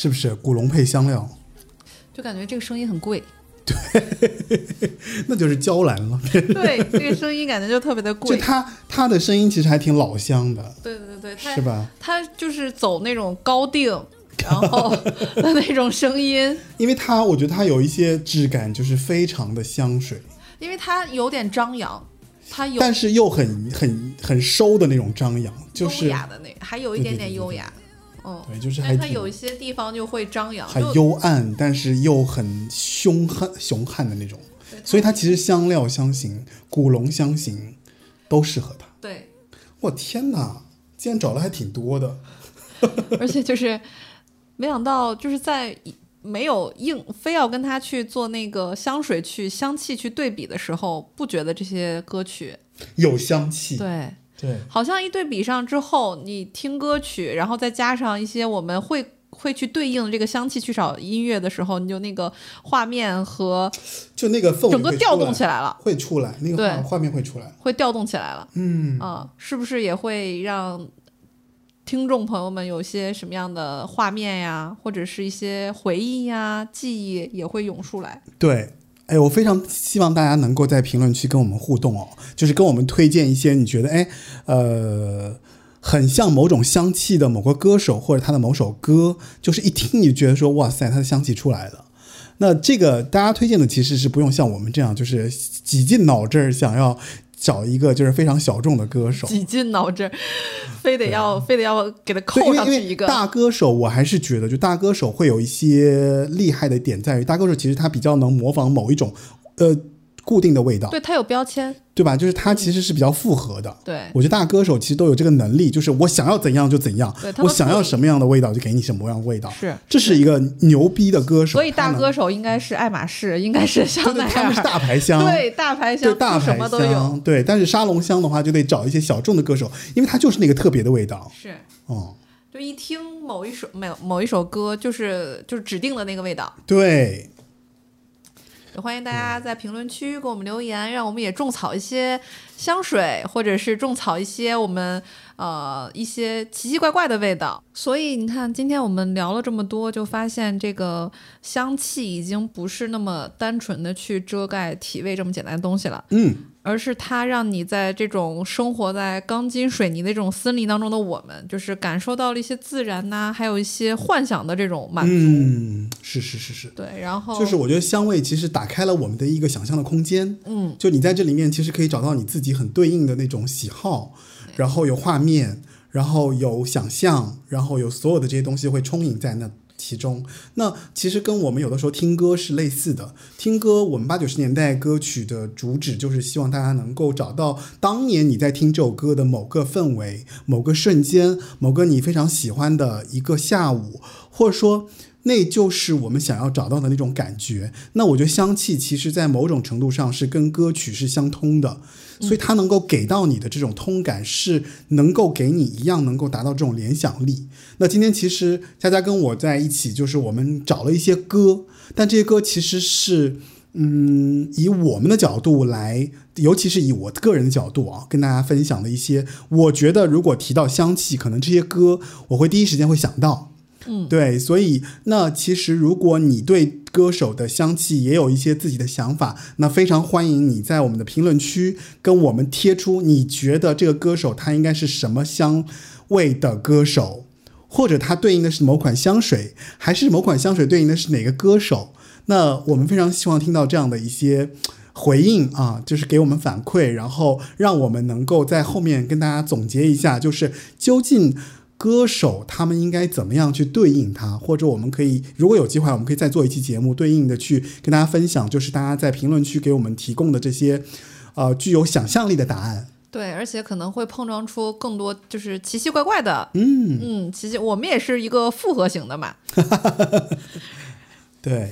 是不是？古龙配香料， 就感觉这个声音很贵。 对，那就是娇兰了。 对，这个声音感觉就特别的贵。 就他的声音其实还挺老乡的。 对对对， 是吧？ 他就是走那种高定，然后的那种声音。 因为我觉得他有一些质感，就是非常的香水。 因为他有点张扬， 但是又很收的那种张扬，就是优雅的还有一点点优雅。 对，就是但它有一些地方就会张扬， 很幽暗，但是又很凶悍的那种。所以它其实香料香型、古龙香型都适合它。 对， 我天哪，竟然找了还挺多的。 而且就是没想到，就是在没有非要跟他去做那个香水香气去对比的时候，不觉得这些歌曲有香气。 对，好像一对比上之后，你听歌曲，然后再加上一些我们会去对应这个香气去找音乐的时候，你就那个画面和就那个氛围整个调动起来了， 会出来那个画面会出来， 会调动起来了。是不是也会让听众朋友们有些什么样的画面呀，或者是一些回忆呀、记忆也会涌出来？ 对。我非常希望大家能够在评论区跟我们互动哦，就是跟我们推荐一些你觉得很像某种香气的某个歌手或者他的某首歌，就是一听你觉得说哇塞，他的香气出来了。那这个大家推荐的其实是不用像我们这样就是挤进脑汁想要找一个就是非常小众的歌手， 挤进脑汁，非得要给他扣上去一个大歌手。我还是觉得就大歌手会有一些厉害的点在于，大歌手其实他比较能模仿某一种固定的味道， 对，他有标签， 对吧？就是他其实是比较复合的。 对， 我觉得大歌手其实都有这个能力，就是我想要怎样就怎样，我想要什么样的味道就给你什么样的味道。这是一个牛逼的歌手。 所以大歌手应该是爱马仕，应该是香奈儿， 他们是大牌香， 对，大牌香， 对，大牌香什么都有。 对，但是沙龙香的话，就得找一些小众的歌手，因为他就是那个特别的味道。 是，就一听某一首歌，就是指定的那个味道。 对。 欢迎大家在评论区给我们留言，让我们也种草一些香水，或者是种草一些我们一些奇奇怪怪的味道。所以你看，今天我们聊了这么多，就发现这个香气已经不是那么单纯的去遮盖体味这么简单的东西了。而是它让你在这种生活在钢筋水泥的这种森林当中的我们，就是感受到了一些自然呐，还有一些幻想的这种满足。是。对，然后就是我觉得香味其实打开了我们的一个想象的空间。就你在这里面其实可以找到你自己很对应的那种喜好，然后有画面，然后有想象，然后有所有的这些东西会充盈在那其中。那其实跟我们有的时候听歌是类似的，听歌我们80、90年代歌曲的主旨就是希望大家能够找到当年你在听这首歌的某个氛围、某个瞬间、某个你非常喜欢的一个下午，或者说那就是我们想要找到的那种感觉。那我觉得香气其实在某种程度上是跟歌曲是相通的，所以它能够给到你的这种通感是能够给你一样能够达到这种联想力。那今天其实佳佳跟我在一起，就是我们找了一些歌，但这些歌其实是以我们的角度来，尤其是以我个人的角度跟大家分享的一些，我觉得如果提到香气，可能这些歌我会第一时间会想到。对，所以那其实如果你对歌手的香气也有一些自己的想法，那非常欢迎你在我们的评论区跟我们贴出你觉得这个歌手他应该是什么香味的歌手，或者他对应的是某款香水，还是某款香水对应的是哪个歌手。那我们非常希望听到这样的一些回应就是给我们反馈，然后让我们能够在后面跟大家总结一下，就是究竟歌手他们应该怎么样去对应它，或者我们可以如果有机会我们可以再做一期节目对应的去跟大家分享，就是大家在评论区给我们提供的这些具有想象力的答案。 对，而且可能会碰撞出更多就是奇奇怪怪的奇奇，我们也是一个复合型的嘛。 对，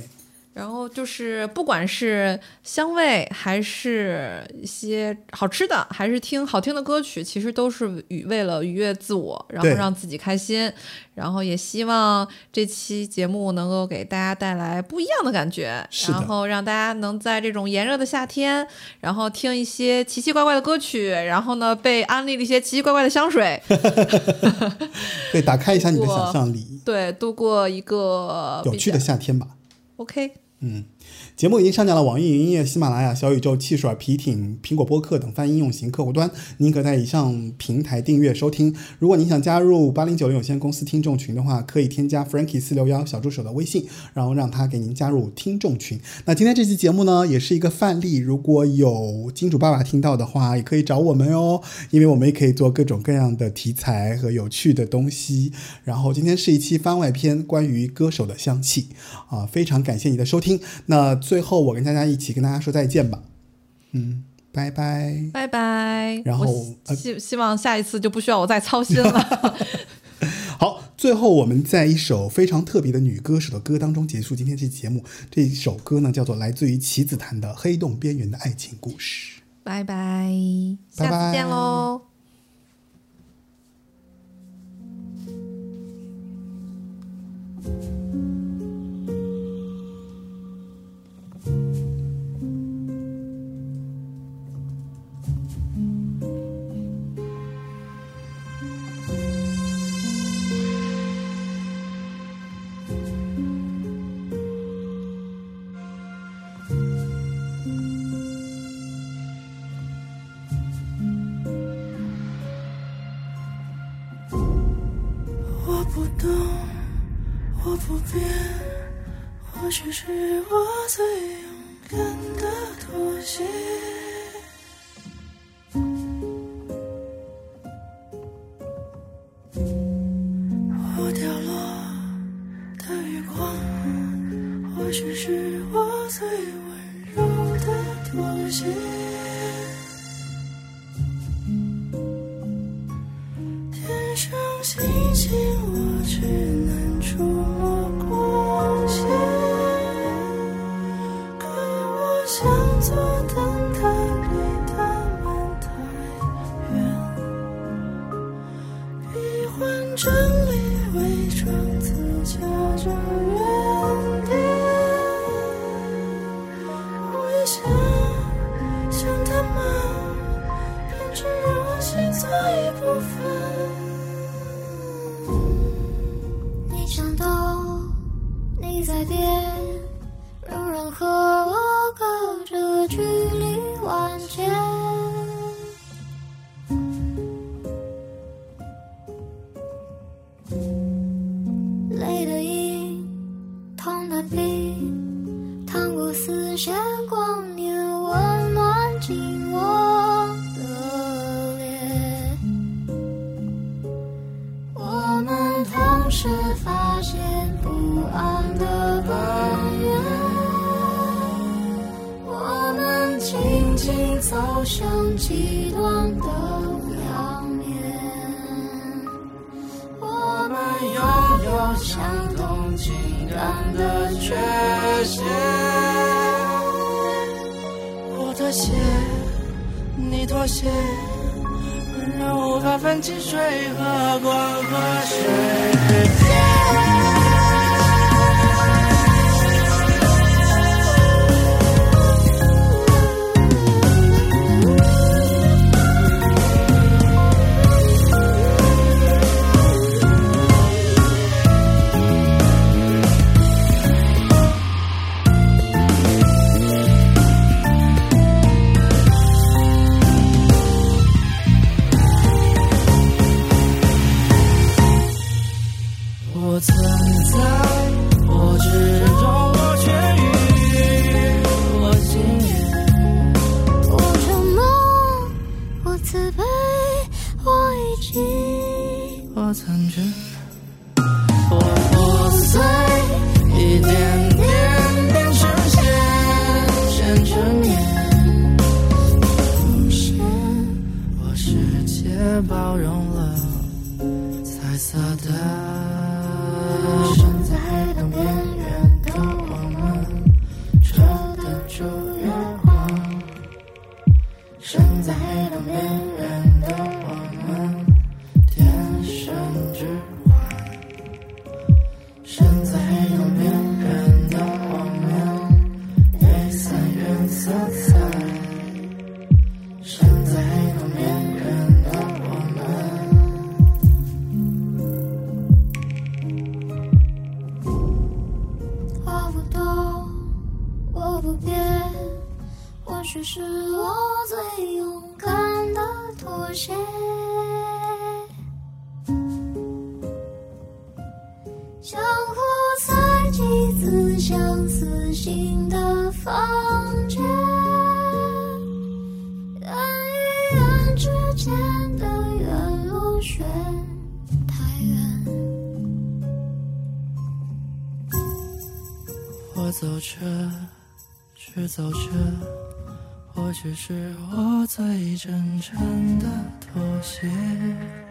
然后就是不管是香味还是一些好吃的，还是听好听的歌曲，其实都是为了愉悦自我，然后让自己开心。然后也希望这期节目能够给大家带来不一样的感觉，然后让大家能在这种炎热的夏天，然后听一些奇奇怪怪的歌曲，然后呢被安利了一些奇奇怪怪的香水对，打开一下你的想象力， 对，度过一个有趣的夏天吧。 OK， 节目已经上架了网易云音乐、喜马拉雅、小宇宙、汽水、皮艇、苹果播客等泛应用型客户端，您可在以上平台订阅收听。如果您想加入8090有限公司听众群的话，可以添加 Frankie461 小助手的微信，然后让他给您加入听众群。那今天这期节目呢，也是一个范例，如果有金主爸爸听到的话，也可以找我们哦，因为我们也可以做各种各样的题材和有趣的东西。然后今天是一期番外篇，关于歌手的香气非常感谢你的收听。那最后我跟大家一起跟大家说再见吧，拜拜拜拜。 然后希望下一次就不需要我再操心了好，最后我们在一首非常特别的女歌手的歌当中结束今天这期节目。这一首歌呢叫做来自于棋子檀的《黑洞边缘的爱情故事》。 拜拜，下次见喽。 我不变，或许是我最勇敢的妥协。我掉落的余光，或许是我最温柔的妥协。天上星星我只能触摸光线，可我想做灯台离他们太远，闭环真理伪装自家着原点，我也想他们变成柔性做一部分。想到你在变，仍然和我隔着距离万千。泪的影，痛的病，淌过丝线光年，温暖进我的脸。我们同时发现不安的本源，我们轻轻走向极端的表面，我们拥有相同情感的缺陷。我妥协，你妥协，人人无法分清水和光和水。我存在，我执着，我痊愈，我幸运，我沉默，我慈悲，我已经，我残缺，我破碎，一点点变成线，线成面，无限，我世界包容了彩色的。现在许是我最勇敢的妥协。相互猜忌，自相似心的房间，人与人之间的远落悬太远。 我走着，只走着，或许是我最真诚的妥协。